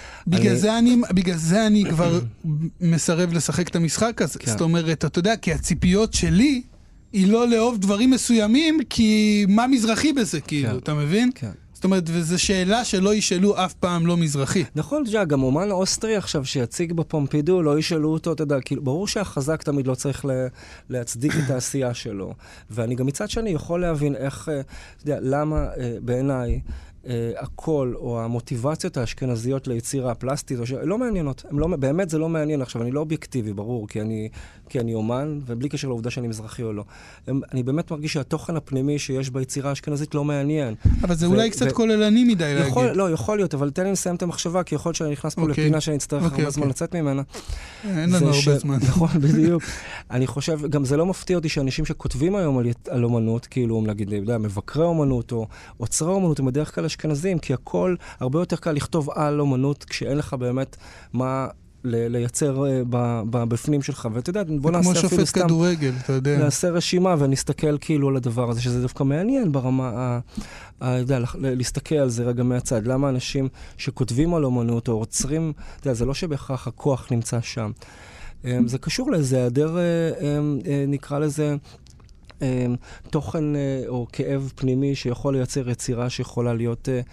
בגלל זה אני כבר מסרב לשחק את המשחק הזה. זאת אומרת, אתה יודע, כי הציפיות שלי היא לא לאהוב דברים מסוימים, כי מה מזרחי בזה, כאילו, אתה מבין? כן. זאת אומרת, וזו שאלה שלא ישאלו אף פעם לא מזרחי. נכון, גם אומן אוסטרי עכשיו שיציג בפומפידו, לא ישאלו אותו, אתה יודע, כאילו, ברור שהחזק תמיד לא צריך להצדיק את העשייה שלו. ואני גם מצד שאני יכול להבין איך, אתה יודע, למה בעיניי הקול או המוטיבציות האשכנזיות ליצירה פלסטית, לא מעניינות. לא, באמת זה לא מעניין. עכשיו, אני לא אובייקטיבי, ברור, כי אני, כי אני אומן, ובלי קשר לעובדה שאני מזרחי או לא. אני באמת מרגיש שהתוכן הפנימי שיש ביצירה האשכנזית לא מעניין. אבל זה ו- אולי ו- קצת ו- כוללני מדי יכול, להגיד. לא, יכול להיות, אבל תן לי לסיים את המחשבה, כי יכול להיות שאני נכנס פה okay. לפינה שאני אצטרך okay, הרבה okay. זמן לצאת ממנה. אין לנו הרבה ש... זמן. נכון, בדיוק. אני חושב, גם זה לא מפתיע אותי שאנשים שכותבים היום על, על אומנות, כאילו, להגיד, יודע, מבקרי אומנות או עוצרי אומנות, הם בדרך כלל אשכנזים, כי הכל הרבה יותר קל לכתוב על אומנות, כשאין לך באמת מה לייצר בפנים שלך. ואתה יודע, בוא נעשה אפילו סתם... כמו שופט כדורגל, אתה יודע. נעשה רשימה ונסתכל כאילו על הדבר הזה, שזה דווקא מעניין ברמה, אתה יודע, להסתכל על זה רגע מהצד. למה אנשים שכותבים על אומנות או עוצרים, אתה יודע, זה לא שבהכרח הכוח נמצא שם. זה קשור לאיזה היעדר, נקרא לזה, תוכן או כאב פנימי שיכול לייצר יצירה שיכולה להיות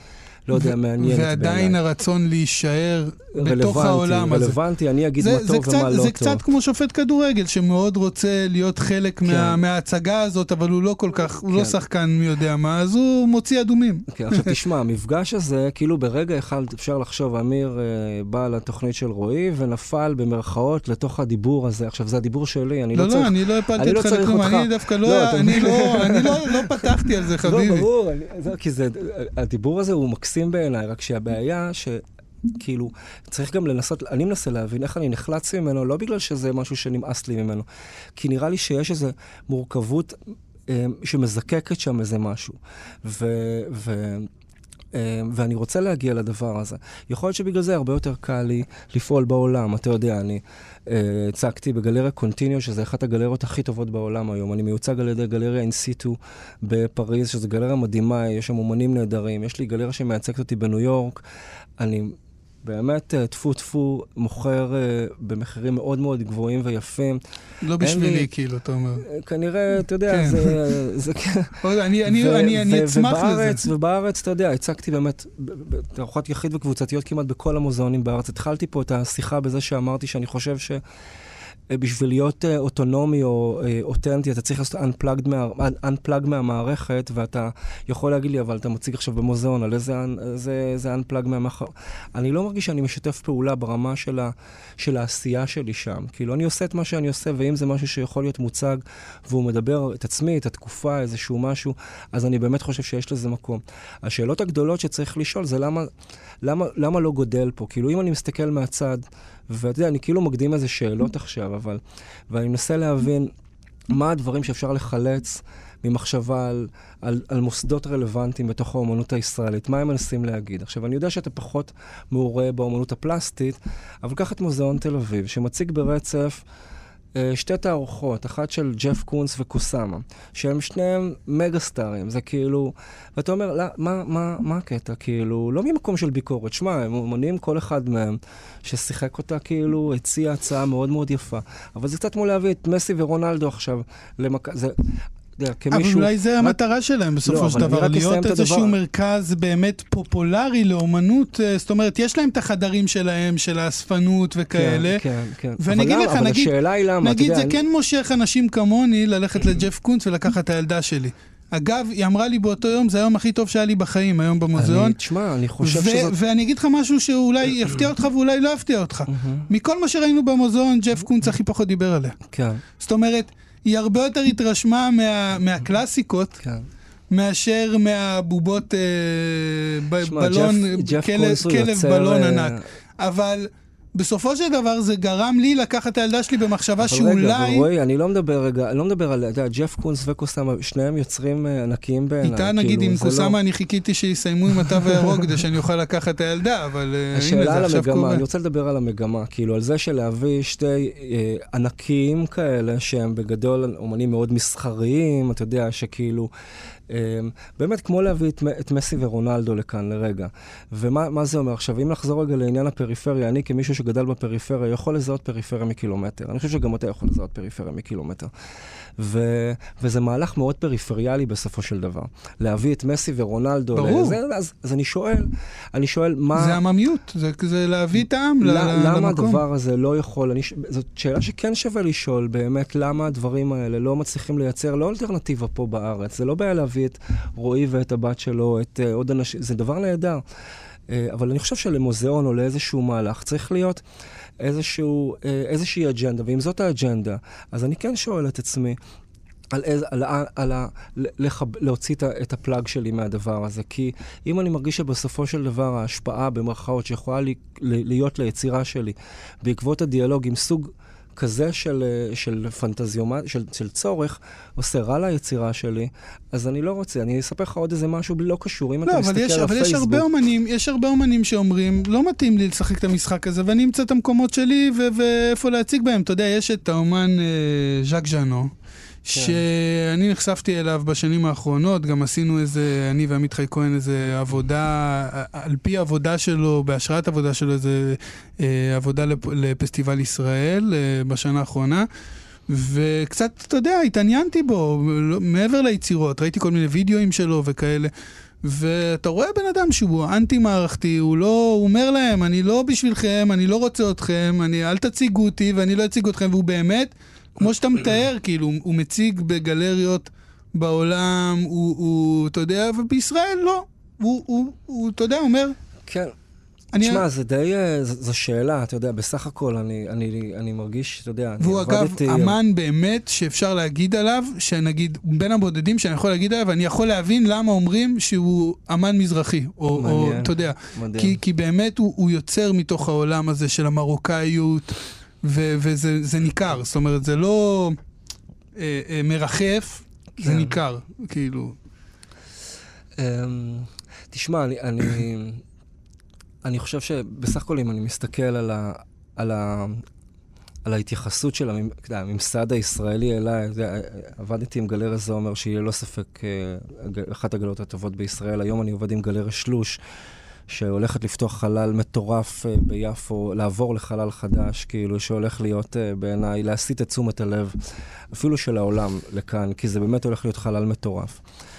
לא יודע, מעניינת בעיניי. ועדיין הרצון להישאר בתוך העולם הזה. רלוונטי, אני אגיד מה טוב ומה לא טוב. זה קצת כמו שופט כדורגל, שמאוד רוצה להיות חלק מההצגה הזאת, אבל הוא לא כל כך, הוא לא שחקן מי יודע מה, אז הוא מוציא אדומים. עכשיו תשמע, המפגש הזה, כאילו ברגע אחד אפשר לחשוב, אמיר בא לתוכנית של רועי, ונפל במרכאות לתוך הדיבור הזה. עכשיו, זה הדיבור שלי, אני לא צריך... לא, לא, אני לא הפלתי אותך לכלום, אני דווקא לא, אני לא פתחתי על זה, חביבי. לא, ברור, כי הדיבור הזה הוא מקסים בעיניי, רק שהבעיה שכאילו, צריך גם לנסות, אני מנסה להבין איך אני נחלץ ממנו, לא בגלל שזה משהו שנמאס לי ממנו, כי נראה לי שיש איזו מורכבות שמזקקת שם איזה משהו. ו... ו ואני רוצה להגיע לדבר הזה. יכול להיות שבגלל זה הרבה יותר קל לי לפעול בעולם. אתה יודע, אני הצגתי בגלריה קונטיניו, שזה אחת הגלריות הכי טובות בעולם היום. אני מיוצג על ידי גלריה אינסיטו בפריז, שזו גלריה מדהימה, יש שם אומנים נהדרים. יש לי גלריה שמייצגת אותי בניו יורק. אני באמת תפו תפו מוכר במחירים מאוד מאוד גבוהים ויפים. לא בשבילי, כאילו, אתה אומר. כנראה, אתה יודע, זה... אני אצמח לזה. ובארץ, אתה יודע, הצגתי באמת תערוכות יחיד וקבוצתיות כמעט בכל המוזיאונים בארץ. התחלתי פה את השיחה בזה שאמרתי שאני חושב ש... בשביל להיות אוטונומי או אותנטי, אתה צריך לעשות unplugged, מה, unplugged מהמערכת, ואתה יכול להגיד לי, אבל אתה מציג עכשיו במוזיאון, על איזה, איזה, איזה unplugged מהמערכת. אני לא מרגיש שאני משתף פעולה ברמה של, ה, של העשייה שלי שם. כאילו, אני עושה את מה שאני עושה, ואם זה משהו שיכול להיות מוצג, והוא מדבר את עצמי, את התקופה, איזשהו משהו, אז אני באמת חושב שיש לזה מקום. השאלות הגדולות שצריך לשאול זה למה, למה, למה לא גודל פה? כאילו, אם אני מסתכל מהצד, ואתה יודע, אני כאילו מקדים איזה שאלות עכשיו, אבל, ואני מנסה להבין מה הדברים שאפשר לחלץ ממחשבה על, על, על מוסדות רלוונטיים בתוך האומנות הישראלית, מה הם מנסים להגיד. עכשיו, אני יודע שאתה פחות מעורה באומנות הפלסטית, אבל קח את מוזיאון תל אביב, שמציג ברצף שתי תערוכות, אחת של ג'ף קונס וקוסאמה, שהם שניהם מגה סטארים, זה כאילו, ואתה אומר, לא, מה, מה, מה הקטע? כאילו, לא ממקום של ביקורת, שמה, הם אומנים כל אחד מהם, ששיחק אותה כאילו, הציע הצעה מאוד מאוד יפה, אבל זה קצת כמו להביא את מסי ורונלדו עכשיו, למק... זה... אבל אולי זה המטרה שלהם בסופו של דבר, להיות איזשהו מרכז באמת פופולרי לאומנות, זאת אומרת, יש להם את החדרים שלהם, של האספנות וכאלה, ואני אגיד לך, נגיד, זה כן מושך אנשים כמוני ללכת לג'ף קונס ולקחת את הילדה שלי. אגב, היא אמרה לי באותו יום, זה היום הכי טוב שהיה לי בחיים, היום במוזיאון. אני, תשמע, אני חושב שזאת... ואני אגיד לך משהו שאולי יפתיע אותך ואולי לא יפתיע אותך. מכל מה שראינו במוזיאון, ג'ף קונס הכי פחות דיבר עליה. זאת אומרת, היא הרבה יותר התרשמה מה, מהקלאסיקות, כן. מאשר מהבובות אה, שמה, בלון, ג'ף, כלב, ג'ף כלב בלון ו... ענק. אבל בסופו של דבר זה גרם לי לקחת את הילדה שלי במחשבה שאולי... רגע, רואי, אני לא מדבר רגע, אני לא מדבר על, אתה יודע, ג'ף קונס וקוסאמה, שניהם יוצרים ענקיים בעיניי. איתה נגיד עם קוסאמה לא... אני חיכיתי שיסיימו עם התו הירוק כדי שאני אוכל לקחת את הילדה, אבל השאלה על המגמה, אני רוצה לדבר על המגמה, כאילו על זה שלהביא שתי אה, ענקיים כאלה, שהם בגדול אומנים מאוד מסחריים, אתה יודע, שכאילו... באמת כמו להביא את, את מסי ורונלדו לכאן לרגע. ומה מה זה אומר? עכשיו, אם נחזור רגע לעניין הפריפריה, אני כמישהו שגדל בפריפריה יכול לזהות פריפריה מקילומטר. אני חושב שגם אתה יכול לזהות פריפריה מקילומטר. ו, וזה מהלך מאוד פריפריאלי בסופו של דבר. להביא את מסי ורונלדו. ברור. לזה, אז, אז אני שואל, אני שואל מה... זה הממיות, זה, זה להביא את העם ל, למקום. למה הדבר הזה לא יכול... אני, זאת שאלה שכן שווה לשאול באמת, למה הדברים האלה לא מצליחים לייצר, לא אלטרנטיבה פה בארץ. זה לא בעיה להביא את רועי ואת הבת שלו, את uh, עוד אנשים, זה דבר נהדר. Uh, אבל אני חושב שלמוזיאון או לאיזשהו מהלך צריך להיות איזשהו, uh, איזושהי אג'נדה, ואם זאת האג'נדה, אז אני כן שואל את עצמי, על, על, על, על, על לחב, להוציא את, את הפלאג שלי מהדבר הזה, כי אם אני מרגיש שבסופו של דבר ההשפעה במרכאות שיכולה לי, להיות ליצירה שלי, בעקבות הדיאלוג עם סוג כזה של, של פנטזיומה, של, של צורך, עושה רע ליצירה שלי, אז אני לא רוצה, אני אספר לך עוד איזה משהו לא קשור, אם לא, אתה מסתכל יש, על אבל הפייסבוק. יש הרבה אומנים, יש הרבה אומנים שאומרים, לא מתאים לי לשחק את המשחק הזה, ואני אמצא את המקומות שלי ו- ואיפה להציג בהם. אתה יודע, יש את האומן אה, ז'אק ז'אנו, שאני נחשפתי אליו בשנים האחרונות, גם עשינו איזה, אני ועמית חי כהן, איזה עבודה, על פי העבודה שלו, בהשראת עבודה שלו, איזה אה, עבודה לפ, לפסטיבל ישראל אה, בשנה האחרונה, וקצת, אתה יודע, התעניינתי בו, מעבר ליצירות, ראיתי כל מיני וידאוים שלו וכאלה, ואתה רואה בן אדם שהוא אנטי-מערכתי, הוא לא, הוא אומר להם, אני לא בשבילכם, אני לא רוצה אתכם, אני, אל תציגו אותי ואני לא אציג אתכם, והוא באמת, כמו שאתה מתאר, כאילו, הוא מציג בגלריות בעולם, הוא, הוא, אתה יודע, ובישראל לא. הוא, הוא, הוא, אתה יודע, אומר... כן. אני... תשמע, זה די, זו שאלה, אתה יודע, בסך הכל אני, אני, אני מרגיש, אתה יודע, והוא אני עבדתי... אגב, אמן באמת שאפשר להגיד עליו, שנגיד, בין הבודדים שאני יכול להגיד עליו, אני יכול להבין למה אומרים שהוא אמן מזרחי, או, או אתה יודע, כי, כי באמת הוא, הוא יוצר מתוך העולם הזה של המרוקאיות, ו, וזה זה ניכר, זאת אומרת, זה לא אה, אה, מרחף, כן. זה ניכר, כאילו. תשמע, אני... אני... אני חושב שבסך הכל אם אני מסתכל על, ה, על, ה, על ההתייחסות של הממסד הישראלי אליי, עבדתי עם גלריה זומר, שהיא ללא ספק אחת הגלרות הטובות בישראל. היום אני עובד עם גלריה שלוש, שהולכת לפתוח חלל מטורף ביפו, לעבור לחלל חדש, כאילו שהולך להיות בעיניי, להסיט את תשומת הלב, אפילו של העולם לכאן, כי זה באמת הולך להיות חלל מטורף.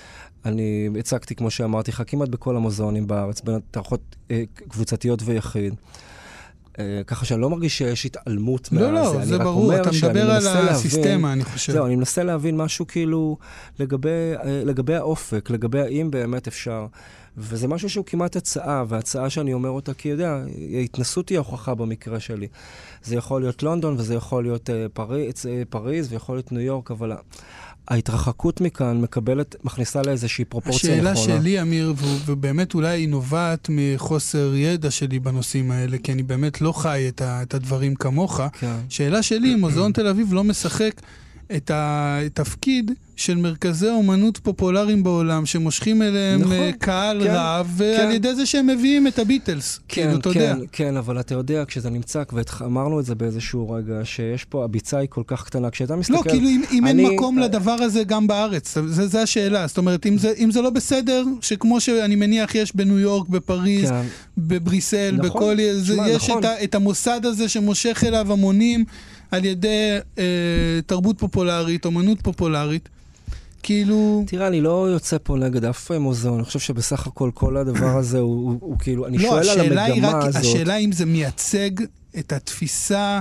אני הצגתי, כמו שאמרתי לך, כמעט בכל המוזיאונים בארץ, בין תערוכות אה, קבוצתיות ויחיד. אה, ככה שאני לא מרגיש שיש התעלמות לא, מהזה. לא, זה ברור, אתה מדבר על הסיסטמה, אני חושב. זהו, אני מנסה להבין משהו כאילו לגבי, אה, לגבי האופק, לגבי האם באמת אפשר. וזה משהו שהוא כמעט הצעה, והצעה שאני אומר אותה, כי יודע, ההתנסות היא ההוכחה במקרה שלי. זה יכול להיות לונדון, וזה יכול להיות אה, פריז, אה, פריז, ויכול להיות ניו יורק, אבל... ההתרחקות מכאן מקבלת, מכניסה לאיזושהי פרופורציה נכונה. השאלה שלי, אמיר, ובאמת אולי היא נובעת מחוסר ידע שלי בנושאים האלה, כי אני באמת לא חי את, ה, את הדברים כמוך. כן. שאלה שלי, מוזיאון תל אביב לא משחק את התפקיד של מרכזי אומנות פופולריים בעולם, שמושכים אליהם נכון, קהל כן, רב, ועל כן. ידי זה שהם מביאים את הביטלס. כן, כאילו, אתה כן, יודע. כן, אבל אתה יודע, כשזה נמצא, ואמרנו את זה באיזשהו רגע, שיש פה, הביצה היא כל כך קטנה, כשאתה מסתכל... לא, כאילו, אם, אם אני... אין מקום לדבר הזה גם בארץ, זה, זה השאלה. זאת אומרת, אם זה, אם זה לא בסדר, שכמו שאני מניח יש בניו יורק, בפריז, כן. בבריסל, נכון, בכל... זה, יש נכון. את, ה, את המוסד הזה שמושך אליו המונים, על ידי אה, תרבות פופולרית, אומנות פופולרית, כאילו... תראה, אני לא יוצא פה נגד אף מוזיאון, אני חושב שבסך הכל כל הדבר הזה הוא, הוא, הוא כאילו, אני לא, שואל על המגמה רק, הזאת. השאלה אם זה מייצג את התפיסה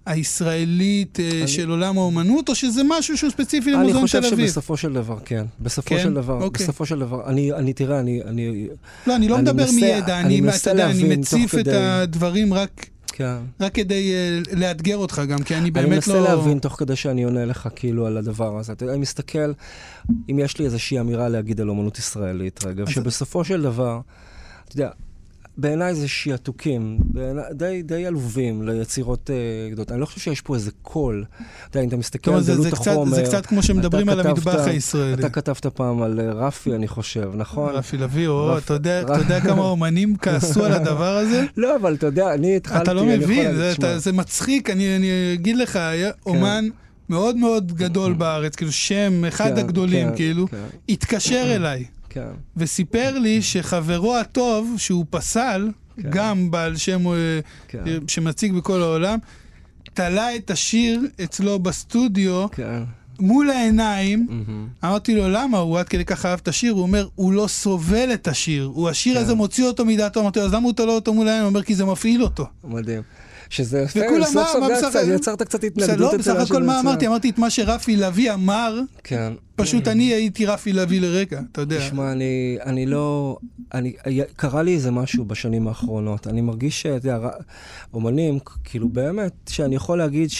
הישראלית אני... של עולם האומנות, או שזה משהו שהוא ספציפי למוזיאון תל אביב? אני חושב שבסופו של דבר, כן. בסופו כן? של דבר, אוקיי. בסופו של דבר. אני, אני תראה, אני... אני לא, אני לא אני מדבר מנסה, מידע, אני, אני, אתה יודע, אני מציף את כדי... הדברים רק... כן. רק כדי uh, לאתגר אותך גם, כי אני באמת לא... אני מנסה להבין תוך כדי שאני עונה לך כאילו על הדבר הזה. אני מסתכל, אם יש לי איזושהי אמירה להגיד על אומנות ישראלית, רגע, שבסופו של דבר, אתה יודע, בעיניי זה שיעתוקים, די, די עלובים ליצירות uh, גדולות. אני לא חושב שיש פה איזה קול. אתה יודע, אם אתה מסתכל על דלות החומר... זה קצת כמו שמדברים על המטבח הישראלי. אתה כתבת פעם על רפי, אני חושב, נכון? רפי לוי, או, אתה יודע כמה אומנים כעסו על הדבר הזה? לא, אבל אתה יודע, אני התחלתי... אתה לא מבין, זה מצחיק, אני אגיד לך, היה אומן מאוד מאוד גדול בארץ, כאילו שם, אחד הגדולים, כאילו, התקשר אליי. כן. וסיפר לי שחברו הטוב, שהוא פסל, כן. גם בעל שם כן. שמציג בכל העולם, תלה את השיר אצלו בסטודיו, כן. מול העיניים. Mm-hmm. אמרתי לו, למה? הוא עד כדי כך אהב את השיר, הוא אומר, הוא לא סובל את השיר, הוא השיר כן. הזה מוציא אותו מדעתו. אמרתי לו, אז למה הוא תלה אותו מול העיניים? הוא אומר, כי זה מפעיל אותו. מדהים. שזה פר, סוף סוף יצרת קצת התנגדות. לא, בסך הכל מה אמרתי? אמרתי את מה שרפי לוי אמר, פשוט אני הייתי רפי לוי לרגע, אתה יודע. תשמע, אני לא... קרה לי איזה משהו בשנים האחרונות. אני מרגיש שאומנים, כאילו באמת, שאני יכול להגיד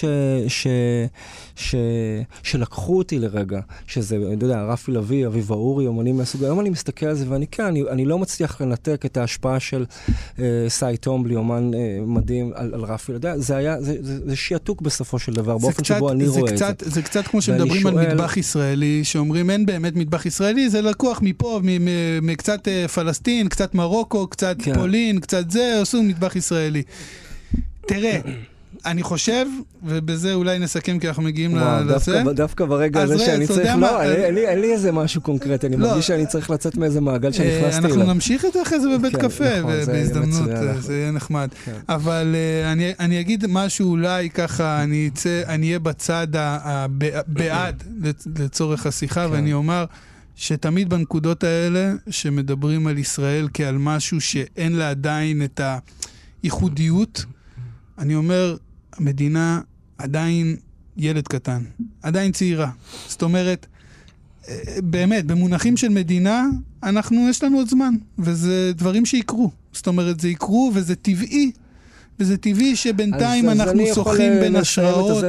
שלקחו אותי לרגע, שזה, אני יודע, רפי לוי, אביב אורי, אומנים מהסוג. היום אני מסתכל על זה, ואני כן, אני לא מצליח לנתק את ההשפעה של סי טומבלי, אומן מדהים, על רפי. זה היה, זה שיעתוק בסופו של דבר, באופן שבו אני רואה את זה. זה קצת כמו שמדברים על מטבח ישראלי, שאומרים אין באמת מטבח ישראלי, זה לקוח מפה, מקצת פלסטין, קצת מרוקו, קצת פולין, קצת זה, עשו מטבח ישראלי. תראה, אני חושב, ובזה אולי נסכם כי אנחנו מגיעים לזה. דווקא ברגע הזה שאני צריך, לא, אין לי איזה משהו קונקרטי, אני מרגיש שאני צריך לצאת מאיזה מעגל שנכנסתי אליו. אנחנו נמשיך את זה אחרי זה בבית קקפה, בהזדמנות, זה יהיה נחמד. אבל אני אגיד משהו אולי ככה, אני אהיה בצד הבעד לצורך השיחה, ואני אומר שתמיד בנקודות האלה, שמדברים על ישראל כעל משהו שאין לה עדיין את הייחודיות, אני אומר, המדינה עדיין ילד קטן, עדיין צעירה. זאת אומרת, באמת, במונחים של מדינה, אנחנו, יש לנו עוד זמן, וזה דברים שיקרו. זאת אומרת, זה יקרו וזה טבעי. וזה טבעי שבינתיים אז, אנחנו אז שוחים בין השראות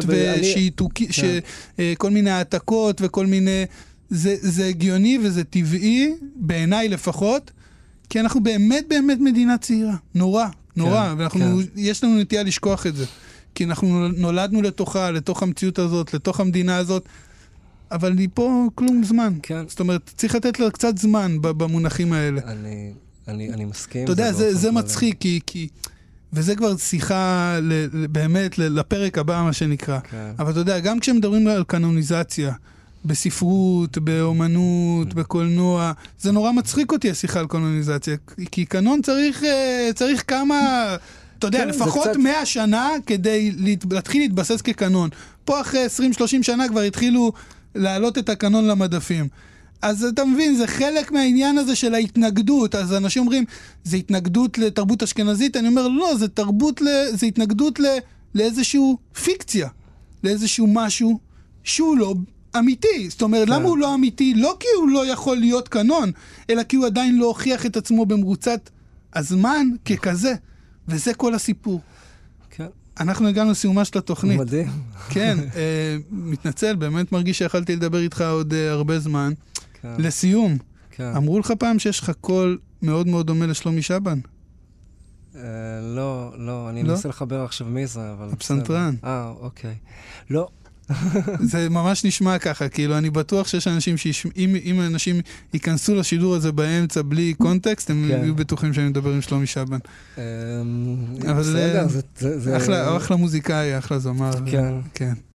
וכל מיני העתקות וכל מיני... זה, זה הגיוני וזה טבעי, בעיניי לפחות, כי אנחנו באמת באמת מדינה צעירה. נורא, נורא. כן, ואנחנו, כן. יש לנו נטייה לשכוח את זה. כי אנחנו נולדנו לתוכה, לתוך המציאות הזאת, לתוך המדינה הזאת, אבל לי פה כלום זמן. כן. זאת אומרת, צריך לתת לה קצת זמן במונחים האלה. אני, אני, אני מסכים. אתה יודע, זה, זה מצחיק, כי... כי וזה כבר שיחה ל, באמת לפרק הבא, מה שנקרא. כן. אבל אתה יודע, גם כשמדברים על קנוניזציה, בספרות, באומנות, בקולנוע, זה נורא מצחיק אותי השיחה על קנוניזציה, כי קנון צריך, צריך כמה, אתה יודע, כן, לפחות קצת... מאה שנה כדי להתחיל להתבסס כקנון. פה אחרי עשרים שלושים שנה כבר התחילו להעלות את הקנון למדפים. אז אתה מבין, זה חלק מהעניין הזה של ההתנגדות. אז אנשים אומרים, זה התנגדות לתרבות אשכנזית. אני אומר, לא, זה תרבות, זה התנגדות לאיזשהו פיקציה, לאיזשהו משהו שהוא לא אמיתי. זאת אומרת, למה הוא לא אמיתי? לא כי הוא לא יכול להיות קנון, אלא כי הוא עדיין לא הוכיח את עצמו במרוצת הזמן ככזה. וזה כל הסיפור. כן. אנחנו הגענו לסיומה של התוכנית. מדהים. כן, אה, מתנצל, באמת מרגיש שיכלתי לדבר איתך עוד אה, הרבה זמן. כן. לסיום, כן. אמרו לך פעם שיש לך קול מאוד מאוד דומה לשלומי שבן? אה, לא, לא, אני לא? מנסה לחבר עכשיו מי זה, אבל... הפסנתרן. אה, אוקיי. לא. זה ממש נשמע ככה, כאילו אני בטוח שיש אנשים שאם אם אנשים ייכנסו לשידור הזה באמצע בלי קונטקסט, הם יהיו בטוחים שאני מדבר עם שלומי שבן. אבל אחלה מוזיקאי, אחלה זמר. כן.